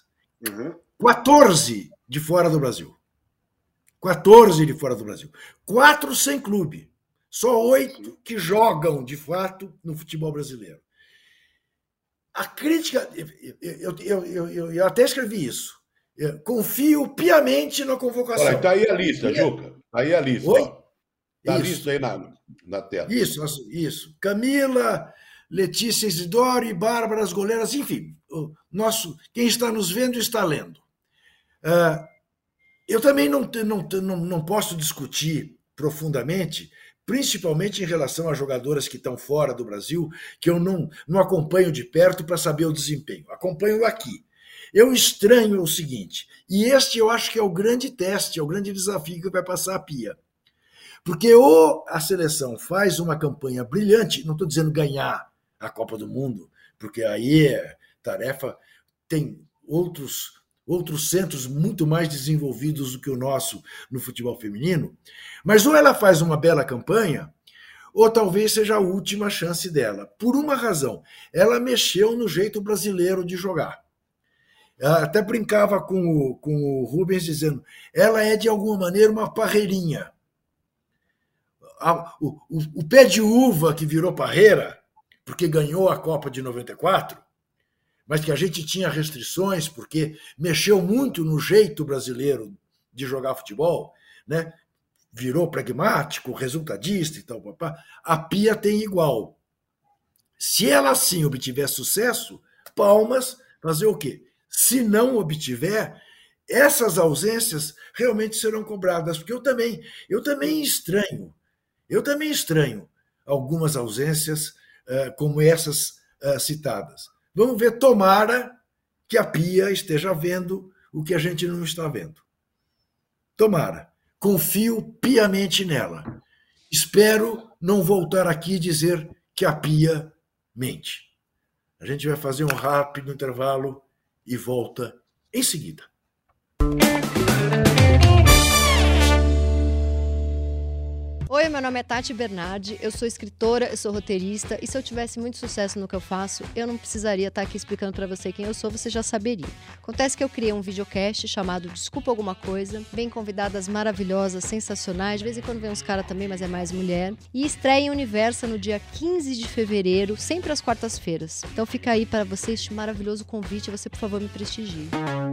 Speaker 1: 14 de fora do Brasil. 14 de fora do Brasil. 4 sem clube. Só 8 que jogam, de fato, no futebol brasileiro. A crítica... Eu até escrevi isso. Eu confio piamente na convocação.
Speaker 3: Olha, está aí a lista, Juca. Está aí a lista. Está a lista aí na tela.
Speaker 1: Isso. Camila, Letícia Isidoro e Bárbara, as goleiras, enfim. Quem está nos vendo está lendo. Eu também não posso discutir profundamente, principalmente em relação a jogadoras que estão fora do Brasil, que eu não acompanho de perto para saber o desempenho. Acompanho aqui. Eu estranho o seguinte, e este eu acho que é o grande teste, é o grande desafio que vai passar a Pia. Porque ou a seleção faz uma campanha brilhante, não estou dizendo ganhar a Copa do Mundo, porque aí é tarefa, tem outros centros muito mais desenvolvidos do que o nosso no futebol feminino, mas ou ela faz uma bela campanha, ou talvez seja a última chance dela. Por uma razão, ela mexeu no jeito brasileiro de jogar. Ela até brincava com o Rubens dizendo, ela é de alguma maneira uma parreirinha. O pé de uva que virou parreira, porque ganhou a Copa de 94, mas que a gente tinha restrições, porque mexeu muito no jeito brasileiro de jogar futebol, né? Virou pragmático, resultadista e tal. A Pia tem igual. Se ela sim obtiver sucesso, palmas, fazer o quê? Se não obtiver, essas ausências realmente serão cobradas, porque eu também estranho algumas ausências como essas citadas. Vamos ver, tomara que a Pia esteja vendo o que a gente não está vendo. Tomara. Confio piamente nela. Espero não voltar aqui e dizer que a Pia mente. A gente vai fazer um rápido intervalo e volta em seguida.
Speaker 4: Oi, meu nome é Tati Bernardi, eu sou escritora, eu sou roteirista e se eu tivesse muito sucesso no que eu faço, eu não precisaria estar aqui explicando pra você quem eu sou, você já saberia. Acontece que eu criei um videocast chamado Desculpa Alguma Coisa, vem convidadas maravilhosas, sensacionais, de vez em quando vem uns caras também, mas é mais mulher, e estreia em Universa no dia 15 de fevereiro, sempre às quartas-feiras. Então fica aí para você este maravilhoso convite, você por favor me prestigie.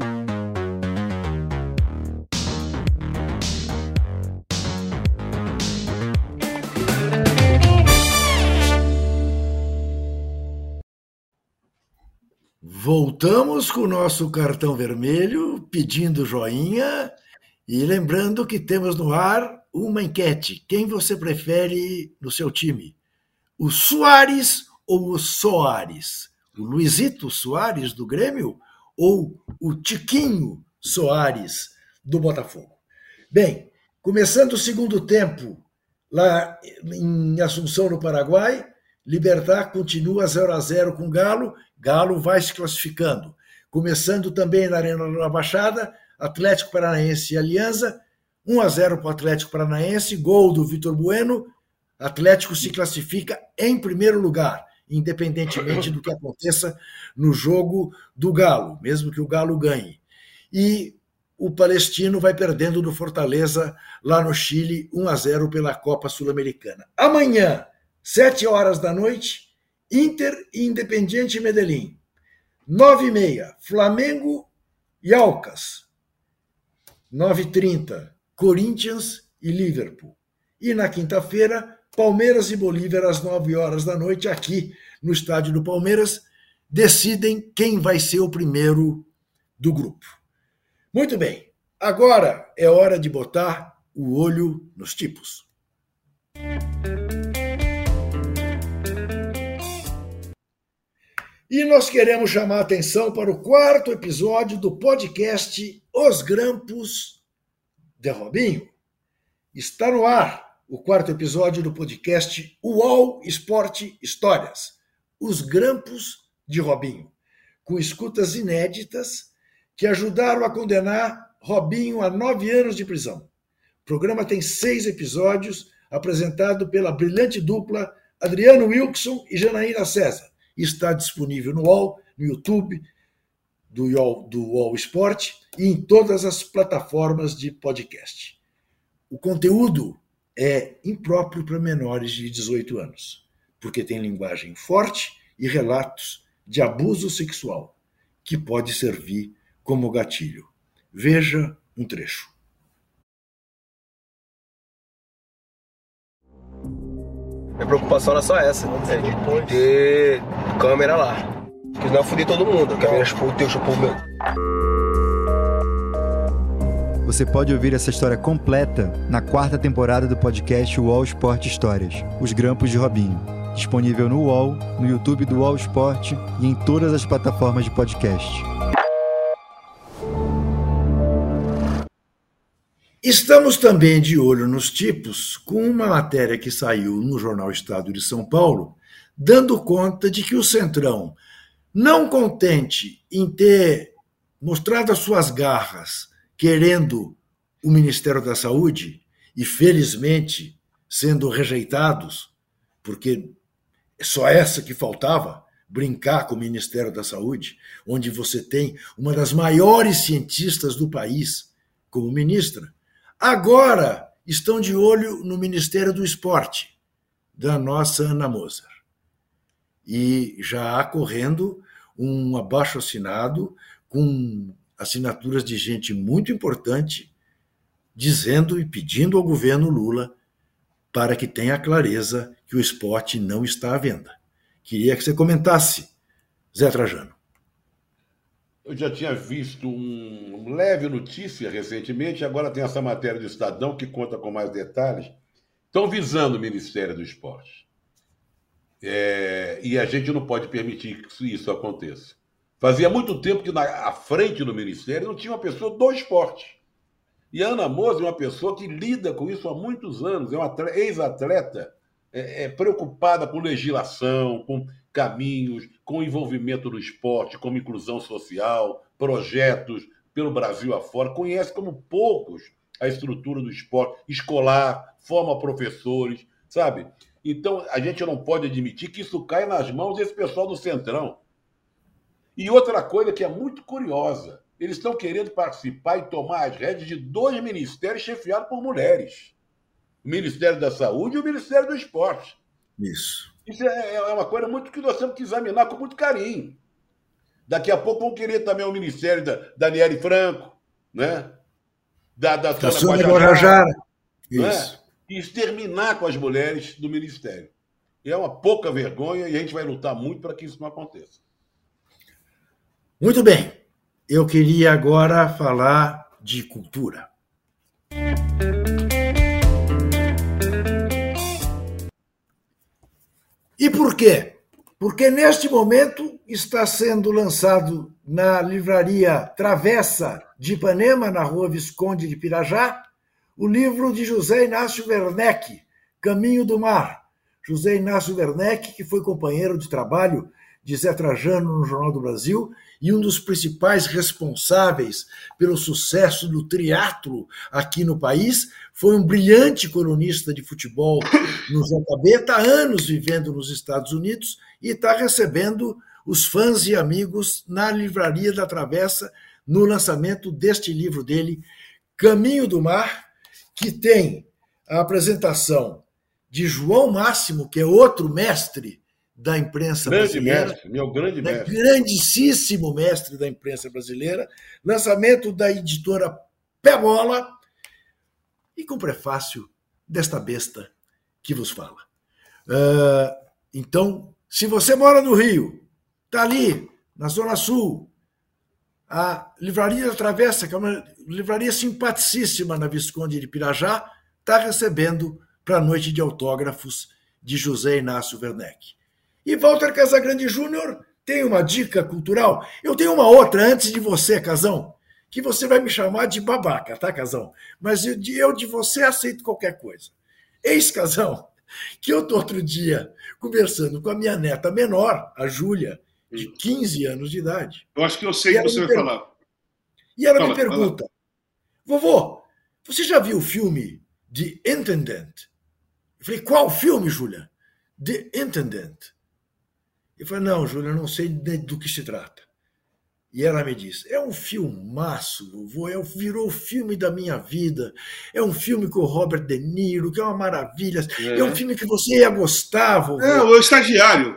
Speaker 1: Voltamos com o nosso cartão vermelho, pedindo joinha e lembrando que temos no ar uma enquete. Quem você prefere no seu time? O Suárez ou o Soares? O Luizito Soares do Grêmio ou o Tiquinho Soares do Botafogo? Bem, começando o segundo tempo lá em Assunção, no Paraguai, Libertad continua 0-0 com o Galo, Galo vai se classificando. Começando também na Arena da Baixada, Atlético Paranaense e Alianza, 1-0 para o Atlético Paranaense, gol do Vitor Bueno, Atlético se classifica em primeiro lugar, independentemente do que aconteça no jogo do Galo, mesmo que o Galo ganhe. E o Palestino vai perdendo do Fortaleza lá no Chile, 1-0 pela Copa Sul-Americana. Amanhã, 7 horas da noite, Inter e Independiente Medellín. 9h30, Flamengo e Aucas. 9h30, Corinthians e Liverpool. E na quinta-feira, Palmeiras e Bolívar, às 9 horas da noite, aqui no estádio do Palmeiras, decidem quem vai ser o primeiro do grupo. Muito bem, agora é hora de botar o olho nos tipos. E nós queremos chamar a atenção para o 4º episódio do podcast Os Grampos de Robinho. Está no ar o 4º episódio do podcast UOL Esporte Histórias, Os Grampos de Robinho, com escutas inéditas que ajudaram a condenar Robinho a 9 anos de prisão. O programa tem 6 episódios, apresentado pela brilhante dupla Adriano Wilson e Janaína César. Está disponível no UOL, no YouTube do UOL Esporte e em todas as plataformas de podcast. O conteúdo é impróprio para menores de 18 anos, porque tem linguagem forte e relatos de abuso sexual, que pode servir como gatilho. Veja um trecho.
Speaker 5: Minha preocupação era só essa, de ter câmera lá. Porque senão eu fudi todo mundo, que a minha chupou o meu.
Speaker 6: Você pode ouvir essa história completa na 4ª temporada do podcast UOL Esporte Histórias, Os Grampos de Robinho. Disponível no UOL, no YouTube do UOL Esporte e em todas as plataformas de podcast.
Speaker 1: Estamos também de olho nos tipos com uma matéria que saiu no jornal Estado de São Paulo, dando conta de que o Centrão, não contente em ter mostrado as suas garras querendo o Ministério da Saúde, e felizmente sendo rejeitados, porque é só essa que faltava, brincar com o Ministério da Saúde, onde você tem uma das maiores cientistas do país como ministra, agora estão de olho no Ministério do Esporte, da nossa Ana Moser. E já há correndo um abaixo-assinado com assinaturas de gente muito importante, dizendo e pedindo ao governo Lula para que tenha clareza que o esporte não está à venda. Queria que você comentasse, Zé Trajano.
Speaker 3: Eu já tinha visto uma leve notícia recentemente, agora tem essa matéria do Estadão que conta com mais detalhes. Estão visando o Ministério do Esporte. E a gente não pode permitir que isso aconteça. Fazia muito tempo que à frente do Ministério não tinha uma pessoa do esporte. E a Ana Moser é uma pessoa que lida com isso há muitos anos, é uma ex-atleta preocupada com legislação, com caminhos, com envolvimento no esporte, com inclusão social, projetos pelo Brasil afora, conhece como poucos a estrutura do esporte escolar, forma professores, sabe? Então, a gente não pode admitir que isso cai nas mãos desse pessoal do Centrão. E outra coisa que é muito curiosa, eles estão querendo participar e tomar as rédeas de 2 ministérios chefiados por mulheres. O Ministério da Saúde e o Ministério do Esporte.
Speaker 1: Isso.
Speaker 3: Isso é uma coisa muito que nós temos que examinar com muito carinho. Daqui a pouco vão querer também o Ministério da Daniele Franco, né? Da
Speaker 1: Sônia Guajajara.
Speaker 3: Isso. Né? E exterminar com as mulheres do Ministério. É uma pouca vergonha e a gente vai lutar muito para que isso não aconteça.
Speaker 1: Muito bem. Eu queria agora falar de cultura. E por quê? Porque neste momento está sendo lançado na livraria Travessa de Ipanema, na rua Visconde de Pirajá, o livro de José Inácio Werneck, Caminho do Mar. José Inácio Werneck, que foi companheiro de trabalho de Zé Trajano no Jornal do Brasil e um dos principais responsáveis pelo sucesso do triatlo aqui no país, foi um brilhante colunista de futebol no JB, está há anos vivendo nos Estados Unidos e está recebendo os fãs e amigos na Livraria da Travessa no lançamento deste livro dele, Caminho do Mar, que tem a apresentação de João Máximo, que é outro mestre da imprensa brasileira.
Speaker 3: Mestre, meu grande mestre.
Speaker 1: Grandíssimo mestre da imprensa brasileira. Lançamento da editora Pé Bola e com prefácio desta besta que vos fala. Então, se você mora no Rio, está ali, na Zona Sul, a Livraria da Travessa, que é uma livraria simpaticíssima na Visconde de Pirajá, está recebendo para a noite de autógrafos de José Inácio Werneck. E Walter Casagrande Júnior tem uma dica cultural. Eu tenho uma outra antes de você, Casão, que você vai me chamar de babaca, tá, Casão? Mas eu de você aceito qualquer coisa. Eis, Casão, que eu estou outro dia conversando com a minha neta menor, a Júlia, de 15 anos de idade.
Speaker 2: Eu acho que eu sei o que você vai falar.
Speaker 1: E ela me pergunta, vovô, você já viu o filme The Intendant? Eu falei, qual filme, Júlia? The Intendant. Eu falei, não, Júlia, não sei do que se trata. E ela me disse, é um filmaço, vovô, virou o filme da minha vida. É um filme com o Robert De Niro, que é uma maravilha. É um filme que você ia gostar, vovô.
Speaker 2: É, o Estagiário.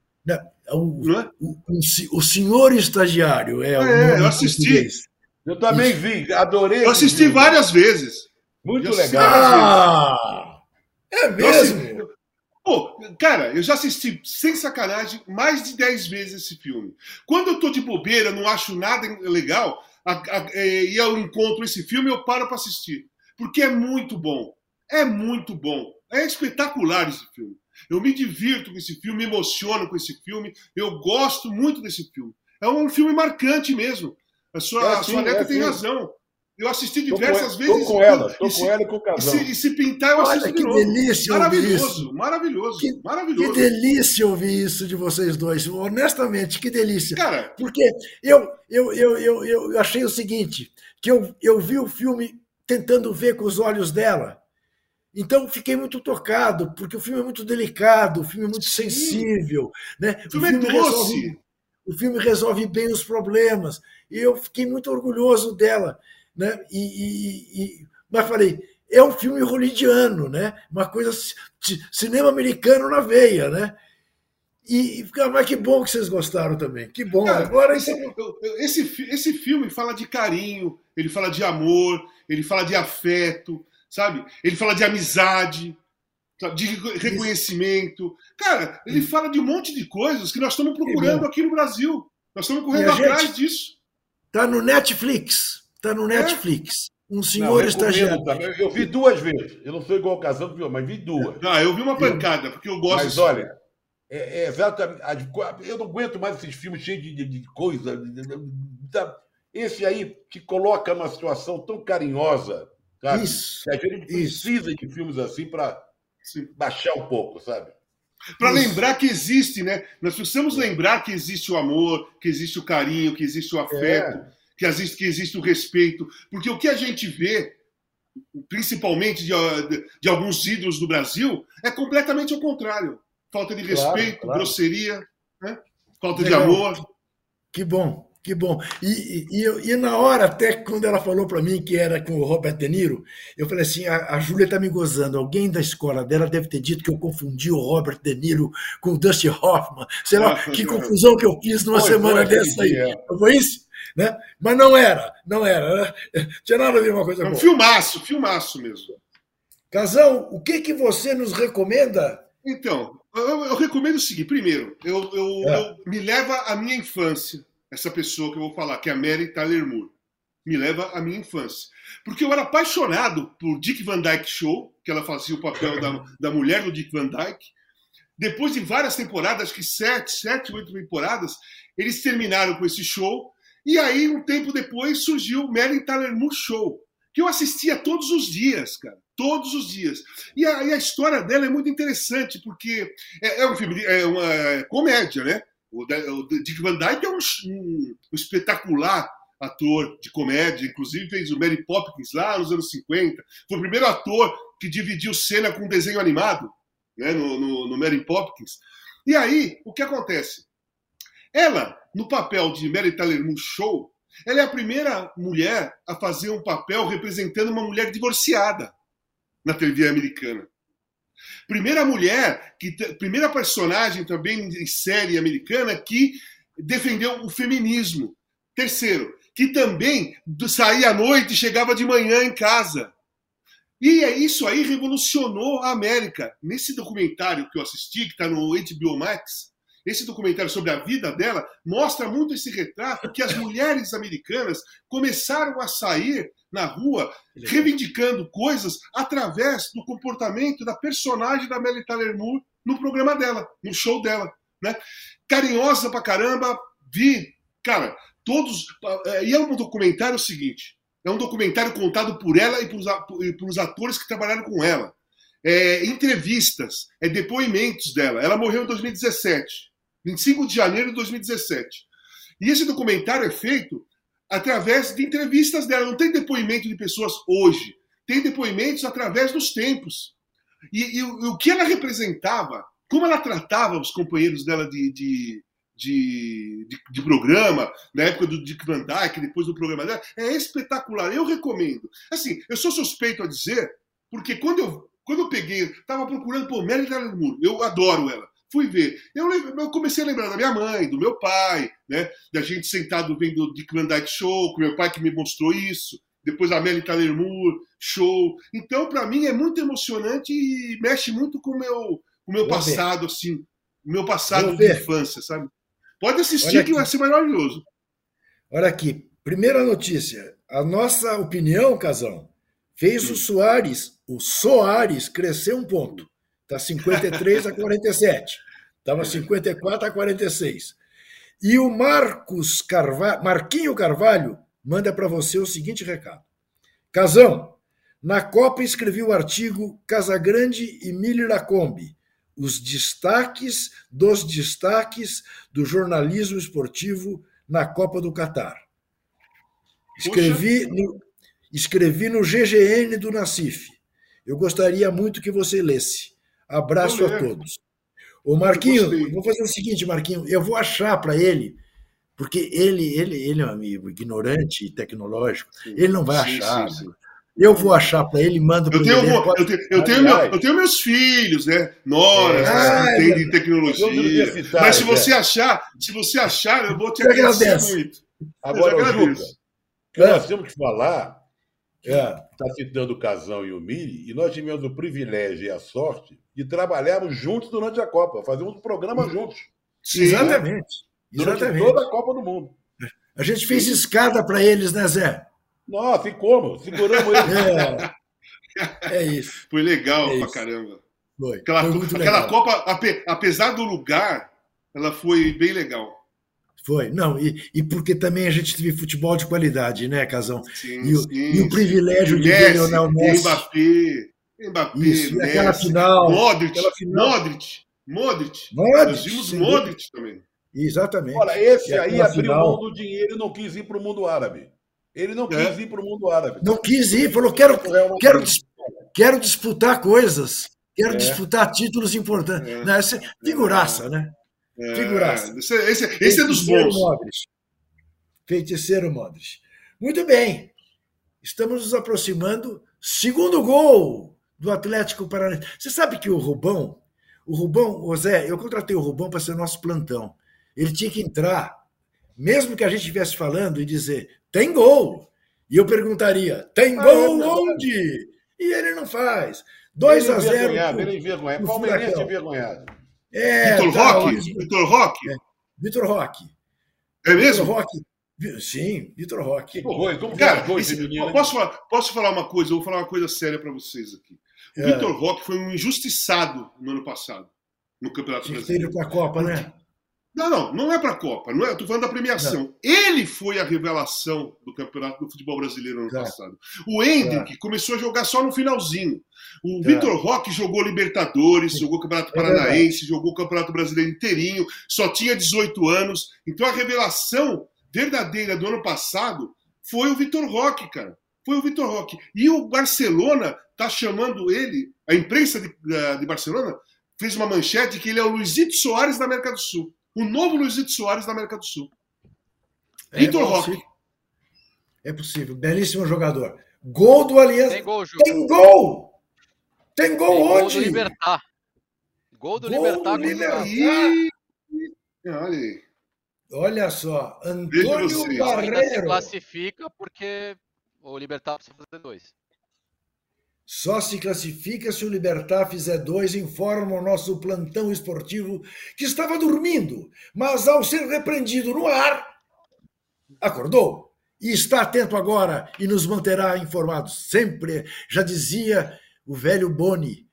Speaker 1: O Senhor Estagiário.
Speaker 2: Eu assisti.
Speaker 3: Eu também vi, adorei.
Speaker 2: Eu assisti várias
Speaker 3: Muito legal.
Speaker 1: É mesmo?
Speaker 2: Pô, cara, eu já assisti, sem sacanagem, mais de 10 vezes esse filme. Quando eu tô de bobeira, não acho nada legal, e eu encontro esse filme, eu paro para assistir. Porque é muito bom. É muito bom. É espetacular esse filme. Eu me divirto com esse filme, me emociono com esse filme. Eu gosto muito desse filme. É um filme marcante mesmo. A sua neta tem razão. Eu assisti diversas vezes.
Speaker 3: Estou com ela e com o Casão.
Speaker 2: E se pintar, eu assisto de novo.
Speaker 1: Que delícia ouvir isso.
Speaker 2: Maravilhoso.
Speaker 1: Que delícia ouvir isso de vocês dois. Honestamente, que delícia.
Speaker 2: Cara,
Speaker 1: porque eu achei o seguinte, que eu vi o filme tentando ver com os olhos dela. Então, fiquei muito tocado, porque o filme é muito delicado, o filme é muito sensível. Né?
Speaker 2: O filme é doce.
Speaker 1: O filme resolve bem os problemas. E eu fiquei muito orgulhoso dela. Né? Mas falei, é um filme hollywoodiano, né? Uma coisa, cinema americano na veia, né? Mas que bom que vocês gostaram também. Que bom.
Speaker 2: Cara,
Speaker 1: agora
Speaker 2: esse filme fala de carinho, ele fala de amor, ele fala de afeto, sabe? Ele fala de amizade, de reconhecimento. Cara, ele fala de um monte de coisas que nós estamos procurando aqui no Brasil. Nós estamos correndo atrás disso.
Speaker 1: Está no Netflix. Um senhor estagiário.
Speaker 3: Eu vi 2 vezes. Eu não sou igual ao Casão, mas vi 2.
Speaker 2: Eu vi uma pancada, porque eu gosto.
Speaker 3: Mas olha, exatamente. Eu não aguento mais esses filmes cheios de coisa. Esse aí te coloca numa situação tão carinhosa, sabe?
Speaker 1: Isso.
Speaker 3: Que a gente precisa de filmes assim para baixar um pouco, sabe?
Speaker 2: Para lembrar que existe, né? Nós precisamos lembrar que existe o amor, que existe o carinho, que existe o afeto. Que existe o respeito, porque o que a gente vê principalmente de alguns ídolos do Brasil, é completamente ao contrário. Falta de respeito, grosseria, né? Falta de amor.
Speaker 1: Que bom, que bom. E na hora, até quando ela falou para mim que era com o Robert De Niro, eu falei assim, a Júlia está me gozando. Alguém da escola dela deve ter dito que eu confundi o Robert De Niro com o Dustin Hoffman. Sei lá, que confusão que eu fiz numa semana dessa aí. Foi isso? Né? Mas não era. Né? Tinha nada a ver uma coisa
Speaker 2: com
Speaker 1: boa.
Speaker 2: Filmaço mesmo.
Speaker 1: Casão, o que você nos recomenda?
Speaker 2: Então, eu recomendo o seguinte. Primeiro, me leva à minha infância, essa pessoa que eu vou falar, que é a Mary Tyler Moore. Me leva à minha infância. Porque eu era apaixonado por Dick Van Dyke Show, que ela fazia o papel da mulher do Dick Van Dyke. Depois de várias temporadas, acho que 7, 8 temporadas, eles terminaram com esse show. E aí, um tempo depois, surgiu o Mary Tyler Moore Show, que eu assistia todos os dias, cara. Todos os dias. E a história dela é muito interessante, porque é um filme, é uma comédia, né? O Dick Van Dyke é um espetacular ator de comédia, inclusive fez o Mary Poppins lá nos anos 50. Foi o primeiro ator que dividiu cena com desenho animado, né? no Mary Poppins. E aí, o que acontece? Ela, no papel de Mary Tyler Moore Show, ela é a primeira mulher a fazer um papel representando uma mulher divorciada na TV americana. Primeira personagem também em série americana que defendeu o feminismo. Terceiro, que também saía à noite e chegava de manhã em casa. E isso aí revolucionou a América. Nesse documentário que eu assisti, que está no HBO Max, esse documentário sobre a vida dela mostra muito esse retrato que as mulheres americanas começaram a sair na rua reivindicando coisas através do comportamento da personagem da Mary Tyler Moore no programa dela, no show dela, né? Carinhosa pra caramba, cara, todos... E é um documentário seguinte, é um documentário contado por ela e por os atores que trabalharam com ela. Entrevistas, depoimentos dela. Ela morreu em 2017, 25 de janeiro de 2017. E esse documentário é feito através de entrevistas dela. Não tem depoimento de pessoas hoje. Tem depoimentos através dos tempos. E o que ela representava, como ela tratava os companheiros dela de programa, na época do Dick Van Dyke, depois do programa dela, é espetacular. Eu recomendo. Assim, eu sou suspeito a dizer, porque quando eu peguei, estava procurando, Mary Tyler Moore, eu adoro ela. Fui ver. Eu comecei a lembrar da minha mãe, do meu pai, né? Da gente sentado vendo o Dick Van Dyke Show, com meu pai que me mostrou isso. Depois a Mary Tyler Moore Show. Então, para mim, é muito emocionante e mexe muito com o meu passado, assim. O meu passado de infância, sabe? Pode assistir que vai ser maravilhoso.
Speaker 1: Olha aqui. Primeira notícia. A nossa opinião, Casão, fez o Soares crescer um ponto. Está 53 a 47. Estava 54 a 46. E o Marquinho Carvalho manda para você o seguinte recado. Casão, na Copa escrevi o artigo Casagrande e Mili Lacombe, os destaques dos destaques do jornalismo esportivo na Copa do Catar. Escrevi no GGN do Nacife. Eu gostaria muito que você lesse. Abraço a todos. Ô Marquinho, eu vou fazer o seguinte, Marquinho, eu vou achar para ele, porque ele é um amigo ignorante e tecnológico, ele não vai achar. Sim. Eu vou achar para ele e mando para ele.
Speaker 2: Eu tenho meus filhos, né? Noras, que entendem tecnologia. Mas se você achar, eu vou te agradecer muito.
Speaker 3: Agora, Juca, nós temos que falar, está citando o Casão e o Mili, e nós tivemos o privilégio e a sorte de trabalharmos juntos durante a Copa, fazemos um programa juntos.
Speaker 1: Sim, exatamente.
Speaker 3: Durante toda a Copa do Mundo.
Speaker 1: A gente fez escada para eles, né, Zé?
Speaker 3: Nossa, e como? Seguramos eles.
Speaker 1: É isso.
Speaker 2: Foi legal pra caramba.
Speaker 1: Foi
Speaker 2: muito legal. Aquela Copa, apesar do lugar, ela foi bem legal.
Speaker 1: Foi. Não, e porque também a gente teve futebol de qualidade, né, Casão?
Speaker 2: Sim,
Speaker 1: e o privilégio de ver Lionel Messi.
Speaker 2: Mbappé,
Speaker 1: isso,
Speaker 2: Messi,
Speaker 1: aquela final.
Speaker 2: Modric. Nós vimos Modric também.
Speaker 1: Exatamente.
Speaker 3: Olha, esse aí abriu mão do dinheiro e não quis ir para o mundo árabe. Ele não quis ir para o mundo árabe.
Speaker 1: Não quis ir, falou, quero disputar coisas, quero disputar títulos importantes. Não, essa é figuraça, né? Figuraça.
Speaker 2: Esse é dos bons.
Speaker 1: Feiticeiro Modric. Muito bem. Estamos nos aproximando. Segundo gol do Atlético Paranaense. Você sabe que o Rubão, Zé, eu contratei o Rubão para ser nosso plantão. Ele tinha que entrar, mesmo que a gente estivesse falando, e dizer, tem gol. E eu perguntaria, tem gol onde? E ele não faz. 2-0.
Speaker 3: Ele envergonhado. Palmeirense envergonhado.
Speaker 2: Vitor Roque?
Speaker 1: Vitor Roque.
Speaker 2: É mesmo?
Speaker 1: Vitor Roque. Sim, Vitor Roque.
Speaker 2: Cara, posso falar uma coisa? Eu vou falar uma coisa séria para vocês aqui. O Vitor Roque foi um injustiçado no ano passado, no Campeonato Brasileiro.
Speaker 1: Tinha que ir para a Copa, né?
Speaker 2: Não é para a Copa. Não é, eu tô falando da premiação. Não. Ele foi a revelação do Campeonato do Futebol Brasileiro no ano passado. O Hendrick começou a jogar só no finalzinho. O Vitor Roque jogou Libertadores, jogou Campeonato Paranaense, jogou o Campeonato Brasileiro inteirinho, só tinha 18 anos. Então a revelação verdadeira do ano passado foi o Vitor Roque, cara. Foi o Vitor Roque. E o Barcelona tá chamando ele, a imprensa de Barcelona fez uma manchete que ele é o Luizito Soares da América do Sul. O novo Luizito Soares da América do Sul. Vitor Roque.
Speaker 1: É possível. Belíssimo jogador. Gol do Aliança.
Speaker 7: Tem gol, Ju.
Speaker 1: Tem gol! Tem gol onde?
Speaker 7: Gol do Libertad. Gol do Libertad.
Speaker 2: Olha aí.
Speaker 1: Olha só. Antônio Barreiro.
Speaker 7: Se classifica porque o Libertad precisa fazer 2.
Speaker 1: Só se classifica se o Libertad fizer 2, informa o nosso plantão esportivo que estava dormindo, mas ao ser repreendido no ar, acordou e está atento agora e nos manterá informados sempre. Já dizia o velho Boni,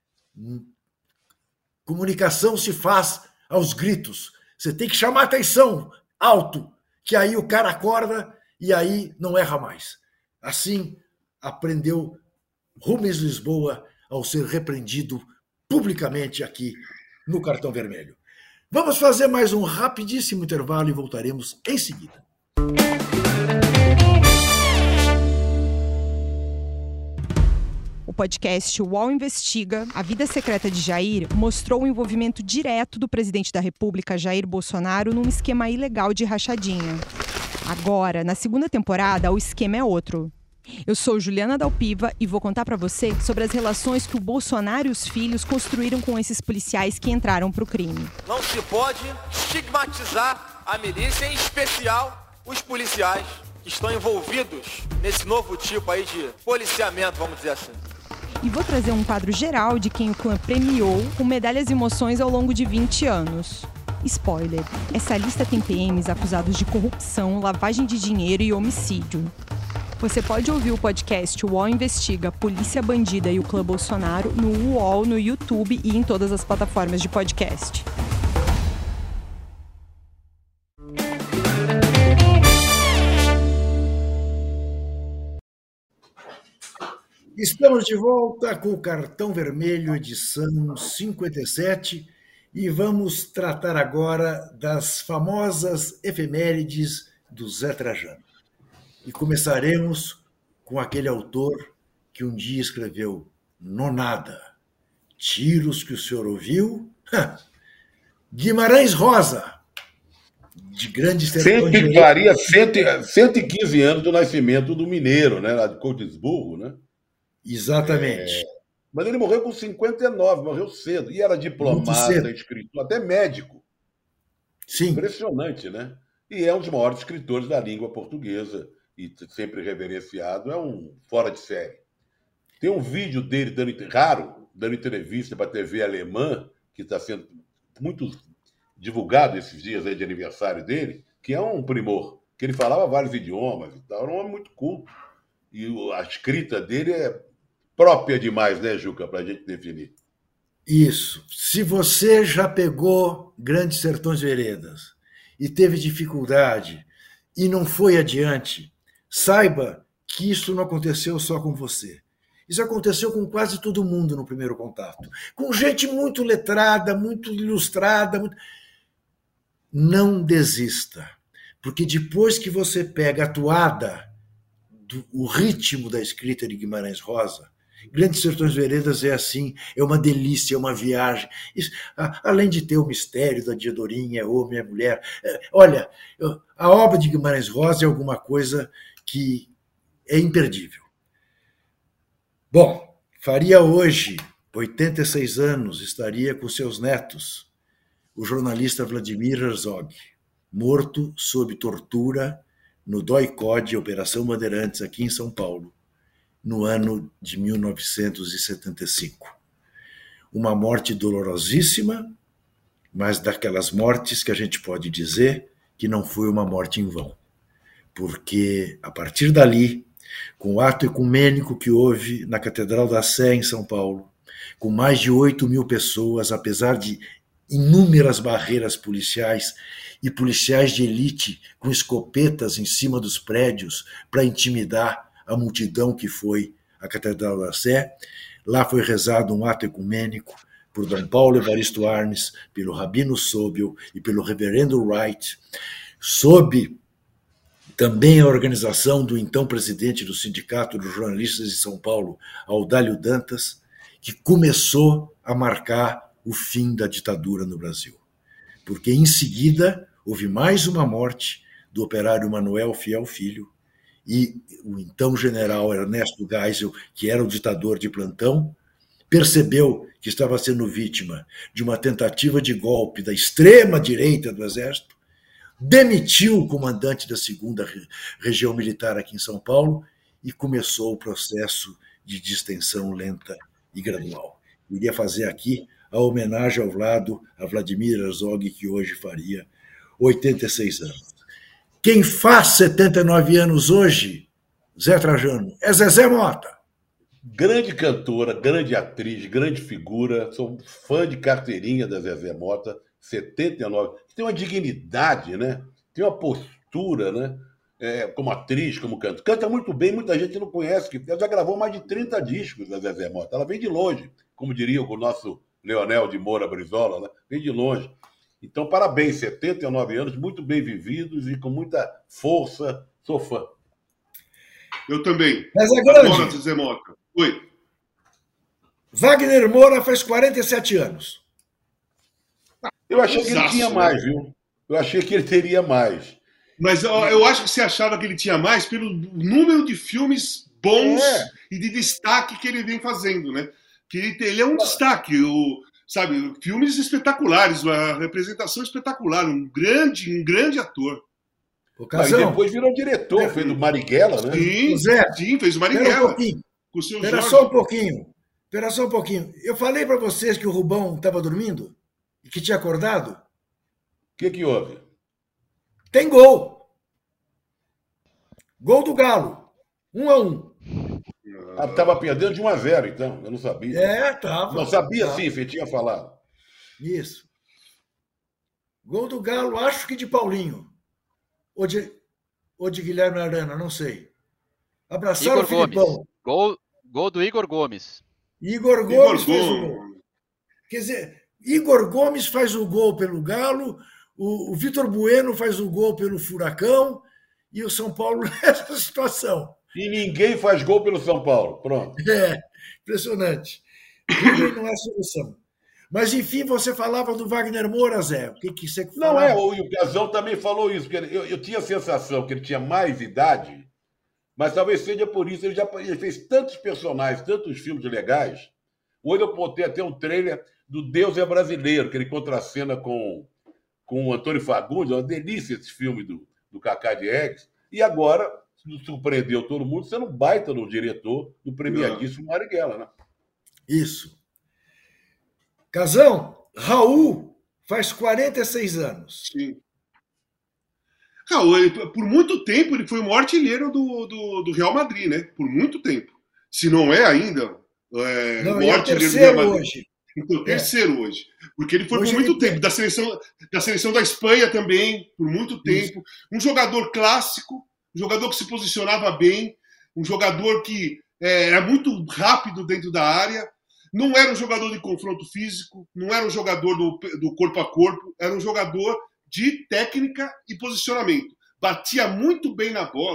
Speaker 1: comunicação se faz aos gritos. Você tem que chamar atenção alto, que aí o cara acorda e aí não erra mais. Assim aprendeu Rubens Lisboa ao ser repreendido publicamente aqui no Cartão Vermelho. Vamos fazer mais um rapidíssimo intervalo e voltaremos em seguida.
Speaker 8: O podcast UOL Investiga, A Vida Secreta de Jair, mostrou o envolvimento direto do presidente da República, Jair Bolsonaro, num esquema ilegal de rachadinha. Agora, na segunda temporada, o esquema é outro. Eu sou Juliana Dalpiva e vou contar para você sobre as relações que o Bolsonaro e os filhos construíram com esses policiais que entraram para o crime.
Speaker 9: Não se pode estigmatizar a milícia, em especial os policiais que estão envolvidos nesse novo tipo aí de policiamento, vamos dizer assim.
Speaker 8: E vou trazer um quadro geral de quem o clã premiou com medalhas e emoções ao longo de 20 anos. Spoiler, essa lista tem PMs acusados de corrupção, lavagem de dinheiro e homicídio. Você pode ouvir o podcast UOL Investiga, Polícia Bandida e o Clã Bolsonaro no UOL, no YouTube e em todas as plataformas de podcast.
Speaker 1: Estamos de volta com o Cartão Vermelho, edição 57, e vamos tratar agora das famosas efemérides do Zé Trajano. E começaremos com aquele autor que um dia escreveu Nonada, tiros que o senhor ouviu? Guimarães Rosa, de Grande Sertão de Minas.
Speaker 3: Faria 115 anos do nascimento do mineiro, né, lá de Coutisburgo, né?
Speaker 1: Exatamente.
Speaker 3: Mas ele morreu com 59, morreu cedo. E era diplomata, escritor, até médico.
Speaker 1: Sim.
Speaker 3: Impressionante, né? E é um dos maiores escritores da língua portuguesa. E sempre reverenciado, é um fora de série. Tem um vídeo dele dando entrevista para a TV alemã, que está sendo muito divulgado esses dias aí de aniversário dele, que é um primor, que ele falava vários idiomas e tal, era um homem muito culto. E a escrita dele é própria demais, né, Juca, para a gente definir.
Speaker 1: Isso. Se você já pegou Grandes Sertões Veredas e teve dificuldade e não foi adiante, saiba que isso não aconteceu só com você. Isso aconteceu com quase todo mundo no primeiro contato. Com gente muito letrada, muito ilustrada. Não desista. Porque depois que você pega a toada, o ritmo da escrita de Guimarães Rosa. Grandes Sertões Veredas é assim, é uma delícia, é uma viagem. Isso, além de ter o mistério da Diadorinha, é homem, é mulher. Olha, a obra de Guimarães Rosa é alguma coisa que é imperdível. Bom, faria hoje 86 anos, estaria com seus netos, o jornalista Vladimir Herzog, morto sob tortura no DOI-CODE, Operação Bandeirantes, aqui em São Paulo, no ano de 1975. Uma morte dolorosíssima, mas daquelas mortes que a gente pode dizer que não foi uma morte em vão. Porque, a partir dali, com o ato ecumênico que houve na Catedral da Sé, em São Paulo, com mais de 8.000 pessoas, apesar de inúmeras barreiras policiais e policiais de elite com escopetas em cima dos prédios para intimidar a multidão que foi à Catedral da Sé. Lá foi rezado um ato ecumênico por Dom Paulo Evaristo Arnes, pelo Rabino Sobel e pelo Reverendo Wright, sob também a organização do então presidente do Sindicato dos Jornalistas de São Paulo, Audálio Dantas, que começou a marcar o fim da ditadura no Brasil. Porque em seguida houve mais uma morte do operário Manuel Fiel Filho, e o então general Ernesto Geisel, que era o ditador de plantão, percebeu que estava sendo vítima de uma tentativa de golpe da extrema-direita do Exército, demitiu o comandante da 2ª Região Militar aqui em São Paulo e começou o processo de distensão lenta e gradual. Eu iria fazer aqui a homenagem ao Vlado, a Vladimir Herzog, que hoje faria 86 anos. Quem faz 79 anos hoje, Zé Trajano, é Zezé Mota.
Speaker 3: Grande cantora, grande atriz, grande figura. Sou fã de carteirinha da Zezé Mota, 79. Tem uma dignidade, né? Tem uma postura, né? Como atriz, como cantora. Canta muito bem, muita gente não conhece. Ela já gravou mais de 30 discos da Zezé Mota. Ela vem de longe, como diria o nosso Leonel de Moura Brizola, né? Vem de longe. Então, parabéns, 79 anos, muito bem vividos e com muita força. Sou fã.
Speaker 2: Eu também.
Speaker 1: Mas é grande.
Speaker 2: Adoro Zezé Mota. Oi.
Speaker 1: Wagner Moura faz 47 anos.
Speaker 3: Eu achei que ele tinha mais, viu? Eu achei que ele teria mais.
Speaker 2: Mas eu acho que você achava que ele tinha mais pelo número de filmes bons e de destaque que ele vem fazendo, né? Que ele é um destaque, sabe? Filmes espetaculares, uma representação espetacular, um grande ator.
Speaker 3: E depois virou diretor, fez do Marighella, né?
Speaker 2: Sim, fez o Marighella.
Speaker 1: Espera só um pouquinho. Eu falei para vocês que o Rubão estava dormindo e que tinha acordado.
Speaker 3: O que houve?
Speaker 1: Tem gol. Gol do Galo. 1-1.
Speaker 3: Estava perdendo de 1-0, então. Eu não sabia.
Speaker 1: Estava.
Speaker 3: Não sabia, sim, você tinha falado.
Speaker 1: Isso. Gol do Galo, acho que de Paulinho. Ou de Guilherme Arana, não sei. Abraçaram o Filipão.
Speaker 7: Gol do Igor Gomes.
Speaker 1: Igor Gomes fez o gol. Quer dizer, Igor Gomes faz o gol pelo Galo, o Vitor Bueno faz o gol pelo Furacão e o São Paulo nessa situação.
Speaker 3: E ninguém faz gol pelo São Paulo. Pronto.
Speaker 1: Impressionante. Não é solução. Mas, enfim, você falava do Wagner Moura, Zé. O que você falava?
Speaker 3: Não o Casão também falou isso. Eu tinha a sensação que ele tinha mais idade, mas talvez seja por isso. Ele fez tantos personagens, tantos filmes legais. Hoje eu botei até um trailer do Deus é Brasileiro, que ele contracena com o Antônio Fagundes. É uma delícia esse filme do Cacá Diegues. E agora surpreendeu todo mundo sendo um baita no diretor do premiadíssimo Marighella, né?
Speaker 1: Isso. Casão, Raul faz 46 anos.
Speaker 2: Sim. Raul, por muito tempo, ele foi o maior artilheiro do Real Madrid, né? Por muito tempo. Se não é ainda, o maior artilheiro do Real Madrid. Hoje. Então, terceiro hoje. Porque ele foi hoje por muito tempo. Da seleção da Espanha também, por muito tempo. Um jogador clássico, um jogador que se posicionava bem, um jogador que era muito rápido dentro da área. Não era um jogador de confronto físico, não era um jogador do corpo a corpo, era um jogador de técnica e posicionamento. Batia muito bem na bola,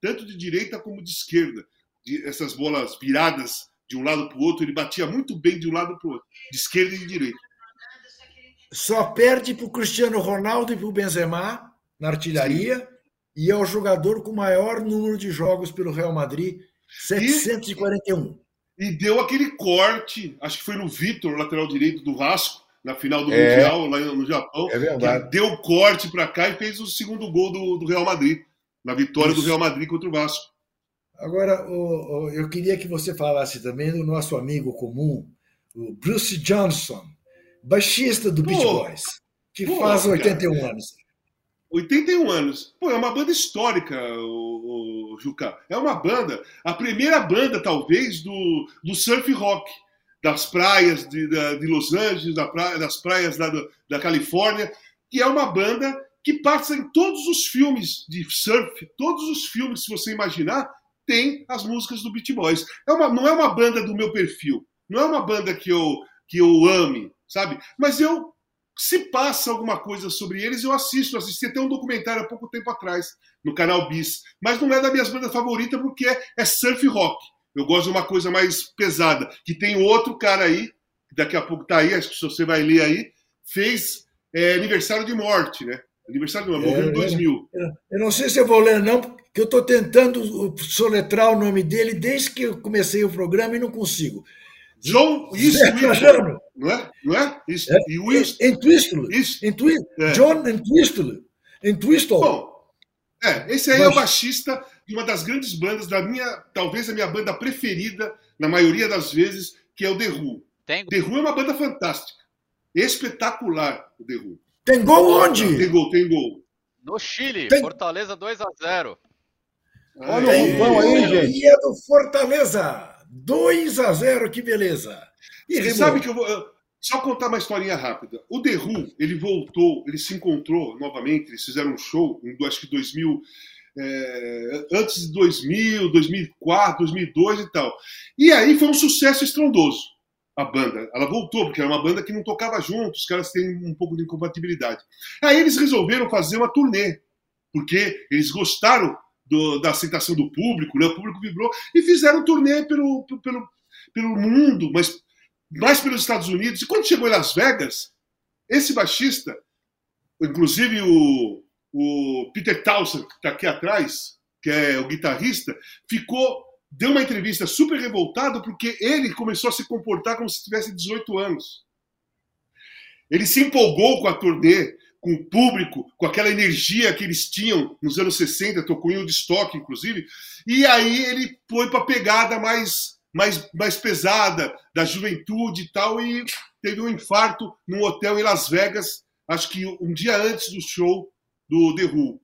Speaker 2: tanto de direita como de esquerda. Essas bolas viradas de um lado para o outro, ele batia muito bem de um lado para o outro, de esquerda e de direita.
Speaker 1: Só perde para o Cristiano Ronaldo e para o Benzema na artilharia. Sim. E é o jogador com maior número de jogos pelo Real Madrid, 741.
Speaker 2: E deu aquele corte, acho que foi no Vitor, lateral direito do Vasco, na final do Mundial, lá no Japão.
Speaker 3: É verdade.
Speaker 2: Que deu o corte para cá e fez o segundo gol do Real Madrid, na vitória do Real Madrid contra o Vasco.
Speaker 1: Agora, eu queria que você falasse também do nosso amigo comum, o Bruce Johnson, baixista do Beach Boys, que faz 81 anos.
Speaker 2: 81 anos. Pô, é uma banda histórica, o Juca. É uma banda, a primeira banda, talvez, do surf rock, das praias de Los Angeles, das praias da Califórnia, que é uma banda que passa em todos os filmes de surf, todos os filmes, se você imaginar, tem as músicas do Beach Boys. Não é uma banda do meu perfil, não é uma banda que eu ame, sabe? Mas se passa alguma coisa sobre eles, eu assisti até um documentário há pouco tempo atrás, no canal Bis, mas não é das minhas bandas favoritas porque é surf rock. Eu gosto de uma coisa mais pesada, que tem outro cara aí, que daqui a pouco tá aí, acho que você vai ler aí, fez aniversário de morte, né? Aniversário de morte, morreu em 2000.
Speaker 1: Eu não sei se eu vou ler não, porque eu estou tentando soletrar o nome dele desde que eu comecei o programa e não consigo.
Speaker 2: John
Speaker 1: Eastwood,
Speaker 2: não é?
Speaker 1: John Entwistle.
Speaker 2: Bom, esse aí é o baixista de uma das grandes bandas talvez a minha banda preferida, na maioria das vezes, que é o The Who. The Who é uma banda fantástica, espetacular, o The Who.
Speaker 1: Tem gol onde?
Speaker 2: Tem gol.
Speaker 7: No Chile, Fortaleza 2-0.
Speaker 3: Olha o Rubão aí, gente.
Speaker 1: E é do Fortaleza. 2-0, que beleza.
Speaker 2: E você sabe que eu vou só contar uma historinha rápida. O The Who, ele voltou, ele se encontrou novamente, eles fizeram um show em, acho que 2000, antes de 2000, 2004, 2002 e tal. E aí foi um sucesso estrondoso, a banda. Ela voltou, porque era uma banda que não tocava junto, os caras têm um pouco de incompatibilidade. Aí eles resolveram fazer uma turnê, porque eles gostaram da aceitação do público, né? O público vibrou, e fizeram turnê pelo mundo, mas mais pelos Estados Unidos. E quando chegou em Las Vegas, esse baixista, inclusive o Peter Townsend, que está aqui atrás, que é o guitarrista, deu uma entrevista super revoltado porque ele começou a se comportar como se tivesse 18 anos. Ele se empolgou com a turnê, com o público, com aquela energia que eles tinham nos anos 60, tocou em Woodstock, inclusive, e aí ele foi para a pegada mais pesada da juventude e tal, e teve um infarto num hotel em Las Vegas, acho que um dia antes do show do The Who.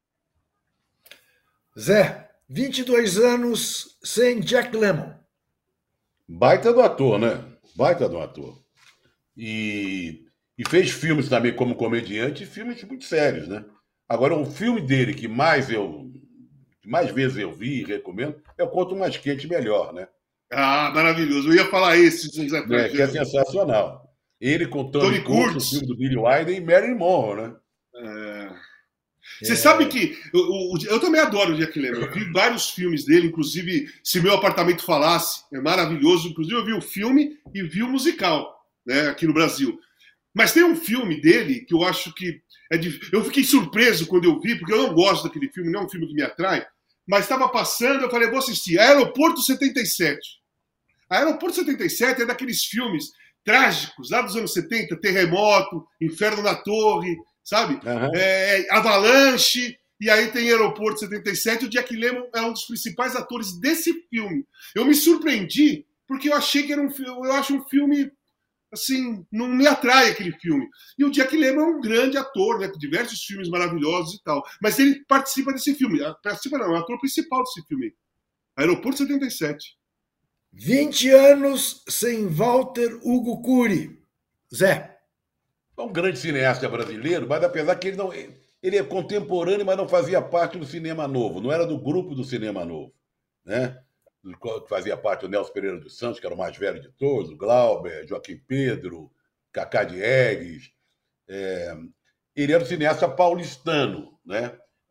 Speaker 1: Zé, 22 anos sem Jack Lemmon.
Speaker 3: Baita do ator, né? Baita do ator. E fez filmes também como comediante, filmes muito sérios, né? Agora, o filme dele que mais vezes eu vi e recomendo é o Quanto Mais Quente Melhor, né?
Speaker 2: Ah, maravilhoso. Eu ia falar esse.
Speaker 3: Que é sensacional. Ele com Tony Curtis, o filme do Billy Wilder e Marilyn Monroe, né?
Speaker 2: Você sabe que eu também adoro o Jack Lemmon. Eu vi vários filmes dele, inclusive Se Meu Apartamento Falasse, é maravilhoso. Inclusive eu vi o filme e vi o musical, né, aqui no Brasil. Mas tem um filme dele que eu acho que eu fiquei surpreso quando eu vi, porque eu não gosto daquele filme, não é um filme que me atrai, mas estava passando, eu falei, vou assistir. Aeroporto 77. Aeroporto 77 é daqueles filmes trágicos, lá dos anos 70, Terremoto, Inferno na Torre, sabe? Uhum. Avalanche, e aí tem Aeroporto 77, o Jack Lemmon é um dos principais atores desse filme. Eu me surpreendi, porque eu achei que era eu acho um filme, assim, não me atrai aquele filme. E o Jack Lemmon é um grande ator, né, com diversos filmes maravilhosos e tal, mas ele participa desse filme, é o ator principal desse filme, Aeroporto 77.
Speaker 1: 20 anos sem Walter Hugo Cury. Zé.
Speaker 3: É um grande cineasta brasileiro, mas apesar que ele é contemporâneo, mas não fazia parte do cinema novo, não era do grupo do cinema novo, né? Fazia parte o Nelson Pereira dos Santos, que era o mais velho de todos, o Glauber, Joaquim Pedro, Cacá Diegues. Ele era um cineasta paulistano, né?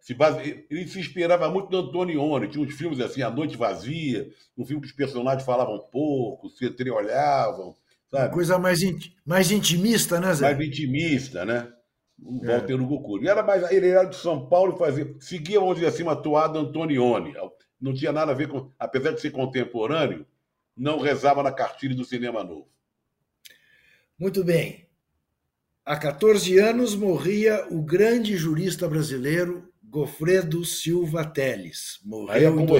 Speaker 3: Ele se inspirava muito no Antonioni. Tinha uns filmes assim, A Noite Vazia, um filme que os personagens falavam pouco, se entreolhavam, sabe?
Speaker 1: Uma coisa mais intimista, né, Zé?
Speaker 3: Mais intimista, né? O Walter Hugo Cury. Ele era de São Paulo e seguia, vamos dizer assim, uma toada Antonioni. Não tinha nada a ver com... Apesar de ser contemporâneo, não rezava na cartilha do cinema novo.
Speaker 1: Muito bem. Há 14 anos morria o grande jurista brasileiro Goffredo Silva Teles. Morreu em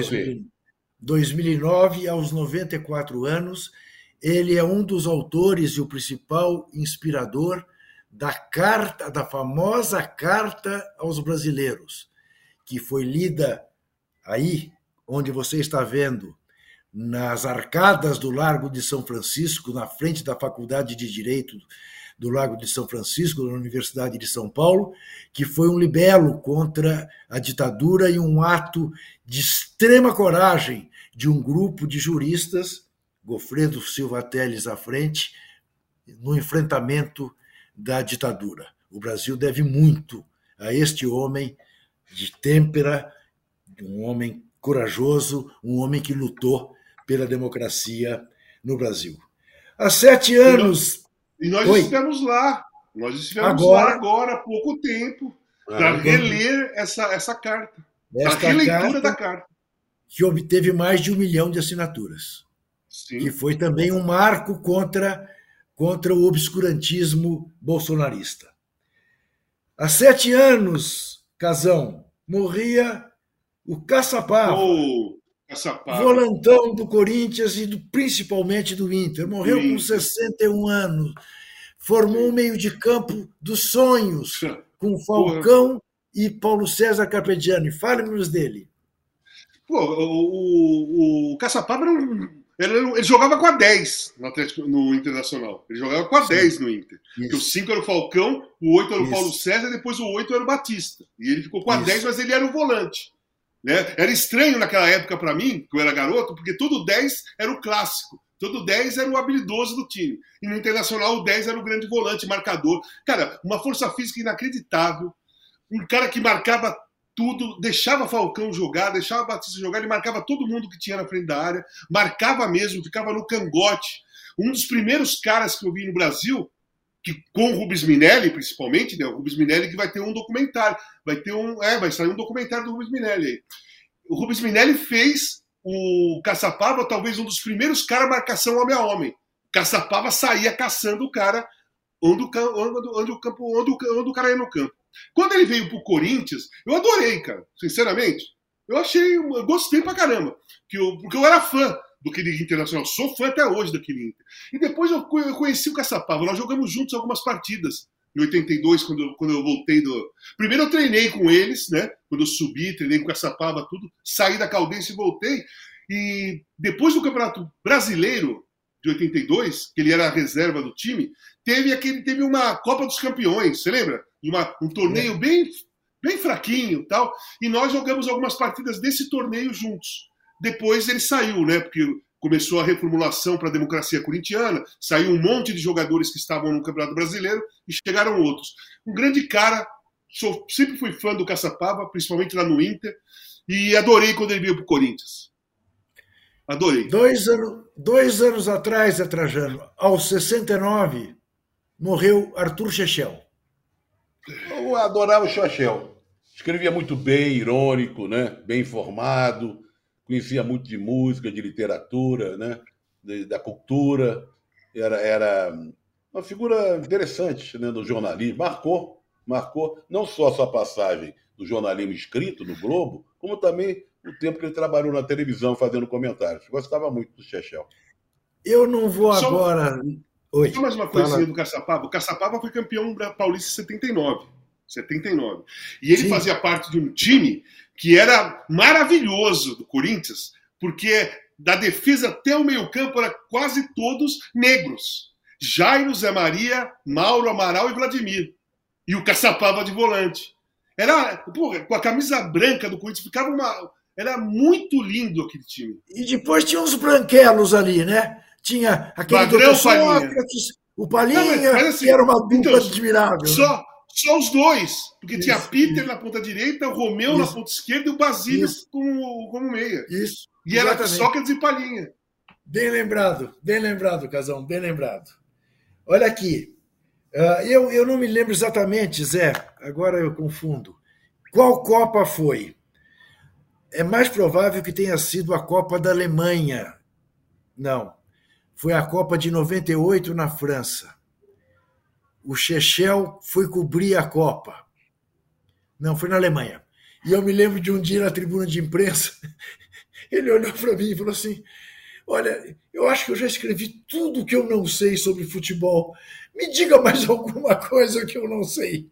Speaker 1: 2009, aos 94 anos. Ele é um dos autores e o principal inspirador da famosa Carta aos Brasileiros, que foi lida aí, onde você está vendo, nas arcadas do Largo de São Francisco, na frente da Faculdade de Direito do Largo de São Francisco, da Universidade de São Paulo, que foi um libelo contra a ditadura e um ato de extrema coragem de um grupo de juristas, Goffredo Silva Teles à frente, no enfrentamento da ditadura. O Brasil deve muito a este homem de têmpera, um homem corajoso, um homem que lutou pela democracia no Brasil. Há 7 anos...
Speaker 2: E nós estivemos lá. Nós estivemos lá agora há pouco tempo para reler essa carta. A releitura da carta.
Speaker 1: Que obteve mais de 1 milhão de assinaturas. Sim. Que foi também um marco contra o obscurantismo bolsonarista. Há 7 anos, Casão, morria o Caçapava, volantão do Corinthians e principalmente do Inter. Morreu com 61 anos. Formou um meio de campo dos sonhos com Falcão e Paulo César Carpegiani. Fale-nos dele.
Speaker 2: O Caçapava ele jogava com a 10 no Internacional. Ele jogava com a 10 no Inter. Porque o 5 era o Falcão, o 8 era o Paulo César, e depois o 8 era o Batista. E ele ficou com a 10, mas ele era o volante. Né? Era estranho naquela época para mim, que eu era garoto, porque todo 10 era o clássico. Todo 10 era o habilidoso do time. E no Internacional o 10 era o grande volante, marcador. Cara, uma força física inacreditável. Um cara que marcava tudo, deixava Falcão jogar, deixava Batista jogar, ele marcava todo mundo que tinha na frente da área, marcava mesmo, ficava no cangote. Um dos primeiros caras que eu vi no Brasil, que, com o Rubens Minelli, principalmente, né? O Rubens Minelli que vai ter um documentário, vai sair um documentário do Rubens Minelli aí. O Rubens Minelli fez o Caçapava, talvez um dos primeiros caras marcação homem a homem. O Caçapava saía caçando o cara onde o cara ia no campo. Quando ele veio pro Corinthians, eu adorei, cara, sinceramente. Eu gostei pra caramba. Porque eu era fã do aquele Internacional. Sou fã até hoje daquele Inter. E depois eu conheci o Caçapava. Nós jogamos juntos algumas partidas. Em 82, quando eu voltei do... Primeiro eu treinei com eles, né? Quando eu subi, treinei com o Caçapava, tudo. Saí da Caldense e voltei. E depois do Campeonato Brasileiro de 82, que ele era a reserva do time, teve uma Copa dos Campeões, você lembra? Um torneio bem fraquinho e tal. E nós jogamos algumas partidas desse torneio juntos. Depois ele saiu, né? Porque começou a reformulação para a democracia corintiana, saiu um monte de jogadores que estavam no Campeonato Brasileiro e chegaram outros. Um grande cara, sempre fui fã do Caçapava, principalmente lá no Inter, e adorei quando ele veio para o Corinthians. Adorei.
Speaker 1: 2 anos atrás, Trajano, aos 69, morreu Arthur Chechel.
Speaker 3: Eu adorava o Chechel. Escrevia muito bem, irônico, né? Bem informado. Conhecia muito de música, de literatura, né? Da cultura. Era uma figura interessante, né? Do jornalismo. Marcou não só a sua passagem do jornalismo escrito no Globo, como também o tempo que ele trabalhou na televisão fazendo comentários. Gostava muito do Chechel.
Speaker 1: Eu não vou agora...
Speaker 2: Oi. Só mais uma coisinha do Caçapava. O Caçapava foi campeão paulista em 79. E ele fazia parte de um time que era maravilhoso do Corinthians, porque da defesa até o meio-campo eram quase todos negros. Jairo, Zé Maria, Mauro, Amaral e Vladimir. E o Caçapava de volante. Com a camisa branca do Corinthians, era muito lindo aquele time.
Speaker 1: E depois tinha uns branquelos ali, né? Tinha aquele
Speaker 2: Padrão
Speaker 1: Sócrates, o Palhinha,
Speaker 2: assim,
Speaker 1: que era uma dupla admirável.
Speaker 2: Só os dois. Porque tinha
Speaker 1: Isso,
Speaker 2: Peter
Speaker 1: isso.
Speaker 2: na ponta direita, o Romeu na
Speaker 1: Isso.
Speaker 2: ponta esquerda e o Basílio
Speaker 1: Isso.
Speaker 2: como meia.
Speaker 1: Isso.
Speaker 2: E era
Speaker 1: Exatamente.
Speaker 2: Sócrates e Palhinha.
Speaker 1: Bem lembrado, Casão, bem lembrado. Olha aqui, eu não me lembro exatamente, Zé, agora eu confundo. Qual Copa foi? É mais provável que tenha sido a Copa da Alemanha. Não, foi a Copa de 98 na França. O Chechel foi cobrir a Copa. Não, foi na Alemanha. E eu me lembro de um dia na tribuna de imprensa, ele olhou para mim e falou assim: olha, eu acho que eu já escrevi tudo que eu não sei sobre futebol. Me diga mais alguma coisa que eu não sei.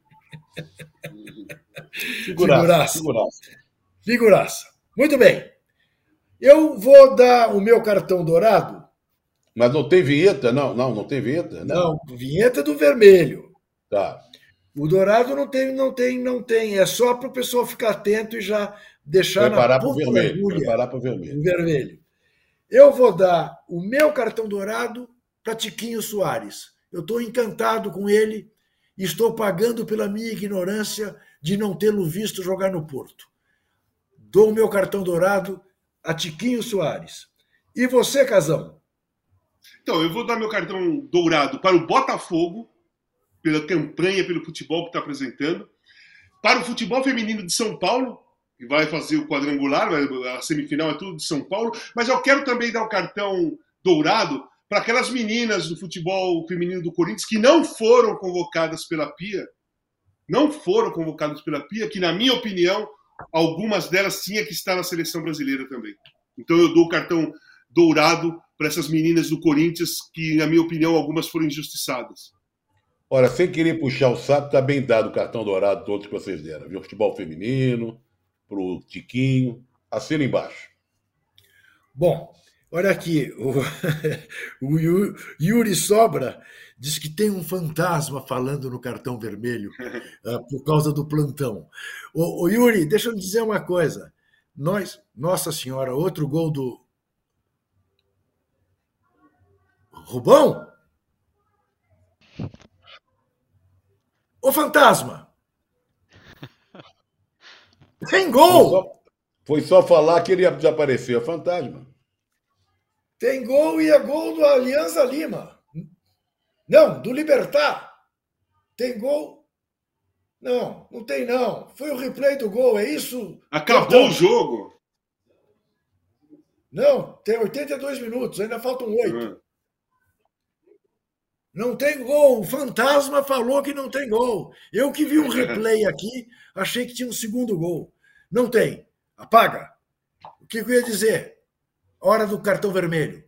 Speaker 1: Figuraça. Muito bem. Eu vou dar o meu cartão dourado.
Speaker 3: Mas não tem vinheta? Não tem vinheta?
Speaker 1: Não, vinheta do vermelho.
Speaker 3: Tá.
Speaker 1: O dourado não tem. É só para o pessoal ficar atento e já deixar
Speaker 3: Preparar
Speaker 1: na
Speaker 3: para o
Speaker 1: ponta da
Speaker 3: vermelho.
Speaker 1: agulha
Speaker 3: Preparar para o vermelho.
Speaker 1: o vermelho. Eu vou dar o meu cartão dourado para Tiquinho Soares. Eu estou encantado com ele e estou pagando pela minha ignorância de não tê-lo visto jogar no Porto. Dou o meu cartão dourado a Tiquinho Soares. E você, Casão?
Speaker 2: Então, eu vou dar meu cartão dourado para o Botafogo, pela campanha, pelo futebol que está apresentando, para o futebol feminino de São Paulo, que vai fazer o quadrangular, a semifinal é tudo de São Paulo, mas eu quero também dar o cartão dourado para aquelas meninas do futebol feminino do Corinthians que não foram convocadas pela Pia, que, na minha opinião, algumas delas tinham que estar na seleção brasileira também. Então eu dou o cartão dourado para essas meninas do Corinthians que, na minha opinião, algumas foram injustiçadas.
Speaker 3: Olha, sem querer puxar o saco, está bem dado o cartão dourado todos que vocês deram. Viu? Futebol feminino, pro Tiquinho, assina embaixo.
Speaker 1: Bom, olha aqui, o Yuri Sobra diz que tem um fantasma falando no cartão vermelho por causa do plantão. O Yuri, deixa eu dizer uma coisa. Nossa Senhora, outro gol do Rubão? Ô fantasma! Tem gol!
Speaker 3: Foi só falar que ele ia desaparecer, é fantasma.
Speaker 1: Tem gol e é gol do Alianza Lima. Não, do Libertad. Tem gol? Não tem não. Foi o replay do gol, é isso?
Speaker 2: Acabou o jogo.
Speaker 1: Não, tem 82 minutos, ainda faltam 8. Não tem gol. O fantasma falou que não tem gol. Eu que vi um replay aqui, achei que tinha um segundo gol. Não tem. Apaga. O que eu ia dizer? Hora do cartão vermelho.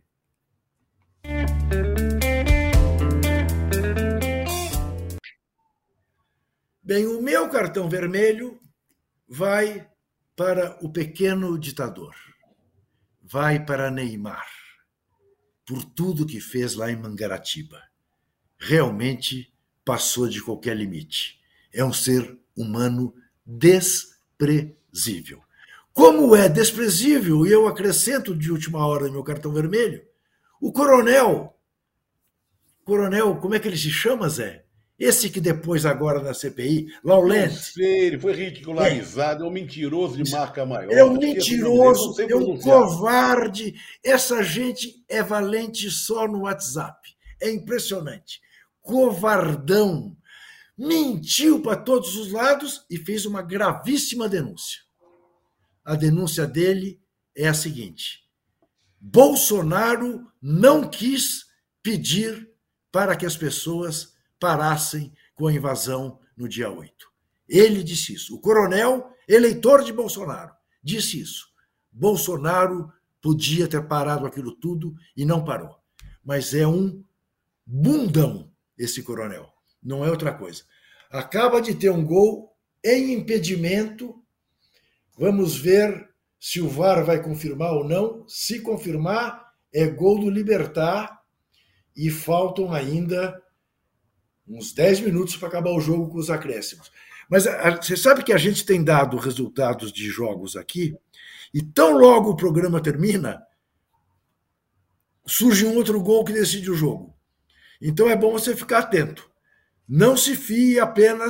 Speaker 1: Bem, o meu cartão vermelho vai para o pequeno ditador. Vai para Neymar. Por tudo que fez lá em Mangaratiba. Realmente passou de qualquer limite. É um ser humano desprezível. Como é desprezível, e eu acrescento de última hora no meu cartão vermelho, o coronel, como é que ele se chama, Zé? Esse que depois agora na CPI, Laurent.
Speaker 3: Não sei, ele foi ridicularizado, é um mentiroso de marca maior.
Speaker 1: É um mentiroso, é um covarde. Essa gente é valente só no WhatsApp. É impressionante. Covardão. Mentiu para todos os lados e fez uma gravíssima denúncia. A denúncia dele é a seguinte: Bolsonaro não quis pedir para que as pessoas parassem com a invasão no dia 8. Ele disse isso. O coronel, eleitor de Bolsonaro, disse isso. Bolsonaro podia ter parado aquilo tudo e não parou. Mas é um bundão esse coronel. Não é outra coisa. Acaba de ter um gol em impedimento. Vamos ver se o VAR vai confirmar ou não. Se confirmar, é gol do Libertad e faltam ainda uns 10 minutos para acabar o jogo com os acréscimos. Mas você sabe que a gente tem dado resultados de jogos aqui e tão logo o programa termina, surge um outro gol que decide o jogo. Então é bom você ficar atento. Não se fie apenas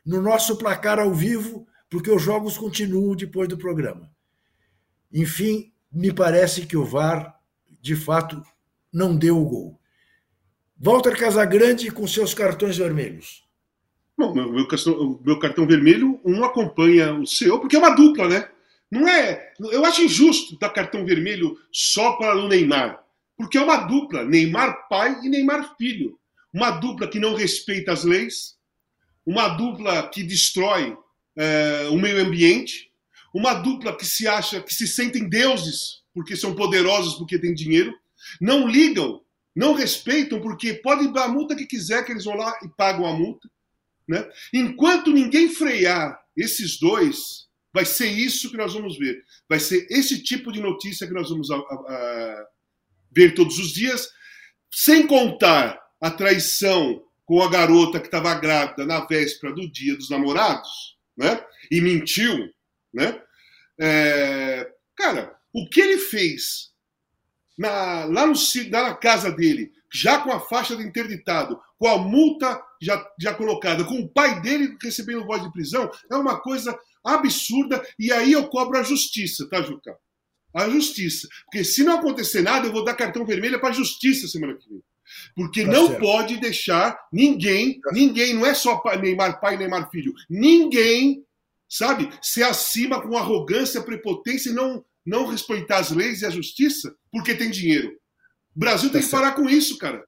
Speaker 1: no nosso placar ao vivo, porque os jogos continuam depois do programa. Enfim, me parece que o VAR, de fato, não deu o gol. Walter Casagrande com seus cartões vermelhos.
Speaker 2: Bom, o meu cartão vermelho, um acompanha o seu, porque é uma dupla, né? Não é. Eu acho injusto dar cartão vermelho só para o Neymar, porque é uma dupla, Neymar pai e Neymar filho. Uma dupla que não respeita as leis, uma dupla que destrói o meio ambiente, uma dupla que se acha, que se sentem deuses porque são poderosos, porque têm dinheiro, não ligam, não respeitam, porque pode dar a multa que quiser, que eles vão lá e pagam a multa. Né? Enquanto ninguém frear esses dois, vai ser isso que nós vamos ver. Vai ser esse tipo de notícia que nós vamos ver todos os dias, sem contar a traição com a garota que estava grávida na véspera do Dia dos Namorados, né? E mentiu, né? Cara, o que ele fez lá na casa dele, já com a faixa de interditado, com a multa já colocada, com o pai dele recebendo voz de prisão, é uma coisa absurda, e aí eu cobro a justiça, tá, Juca? A justiça. Porque se não acontecer nada, eu vou dar cartão vermelho para a justiça semana que vem. Porque tá não certo. Pode deixar ninguém, não é só Neymar pai e Neymar filho, ninguém, sabe, ser acima com arrogância, prepotência e não respeitar as leis e a justiça porque tem dinheiro. O Brasil tem que parar com isso, cara.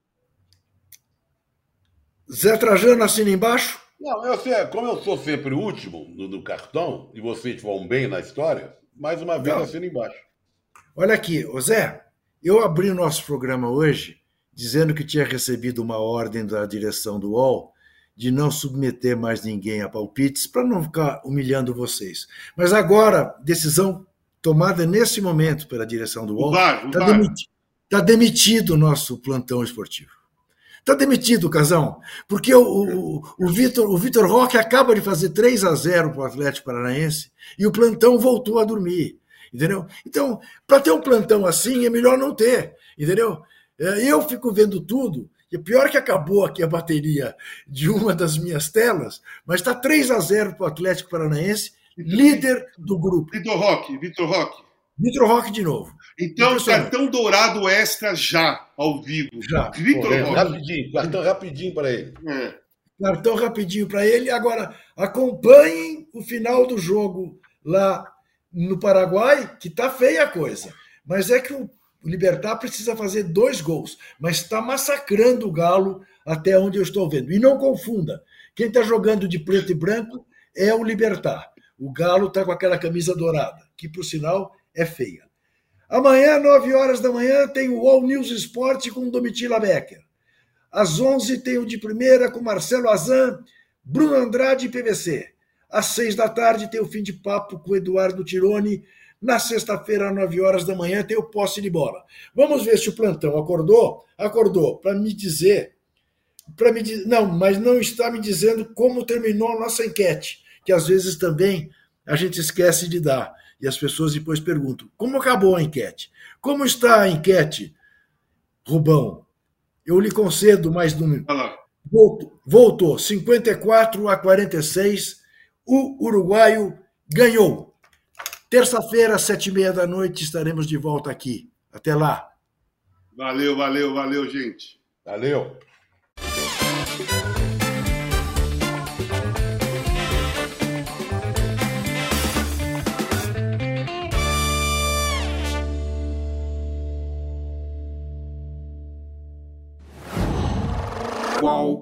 Speaker 1: Zé Trajano assina embaixo?
Speaker 3: Não, como eu sou sempre o último no cartão, e vocês vão bem na história, mais uma vez assina embaixo.
Speaker 1: Olha aqui, Zé, eu abri o nosso programa hoje dizendo que tinha recebido uma ordem da direção do UOL de não submeter mais ninguém a palpites para não ficar humilhando vocês. Mas agora, decisão tomada nesse momento pela direção do UOL, está demitido o nosso plantão esportivo. Está demitido, Casão, porque o Vitor Roque acaba de fazer 3-0 para o Atlético Paranaense e o plantão voltou a dormir, entendeu? Então, para ter um plantão assim, é melhor não ter, entendeu? Eu fico vendo tudo, e pior que acabou aqui a bateria de uma das minhas telas, mas está 3-0 para o Atlético Paranaense, líder do grupo.
Speaker 2: Vitor Roque.
Speaker 1: Vitor Roque de novo.
Speaker 2: Então, cartão dourado extra já, ao vivo.
Speaker 1: Já.
Speaker 3: Vitor Roque. Rapidinho, cartão rapidinho para ele.
Speaker 1: Cartão rapidinho para ele. Agora, acompanhem o final do jogo lá no Paraguai, que tá feia a coisa. Mas é que o Libertad precisa fazer 2 gols, mas está massacrando o Galo até onde eu estou vendo. E não confunda, quem está jogando de preto e branco é o Libertad. O Galo está com aquela camisa dourada, que, por sinal, é feia. Amanhã, 9 horas da manhã, tem o All News Sport com Domitila Becker. Às 11 tem o de primeira com Marcelo Azan, Bruno Andrade e PVC. Às 6 da tarde tem o Fim de Papo com Eduardo Tironi. Na sexta-feira, às 9 horas da manhã, tem o Posse de Bola. Vamos ver se o plantão acordou. Acordou, para me dizer... Não, mas não está me dizendo como terminou a nossa enquete, que às vezes também a gente esquece de dar. E as pessoas depois perguntam, como acabou a enquete? Como está a enquete, Rubão? Eu lhe concedo mais número. Voltou, 54-46, o uruguaio ganhou. Terça-feira, às 7h30 da noite, estaremos de volta aqui. Até lá.
Speaker 2: Valeu, gente.
Speaker 3: Valeu.
Speaker 10: Qual?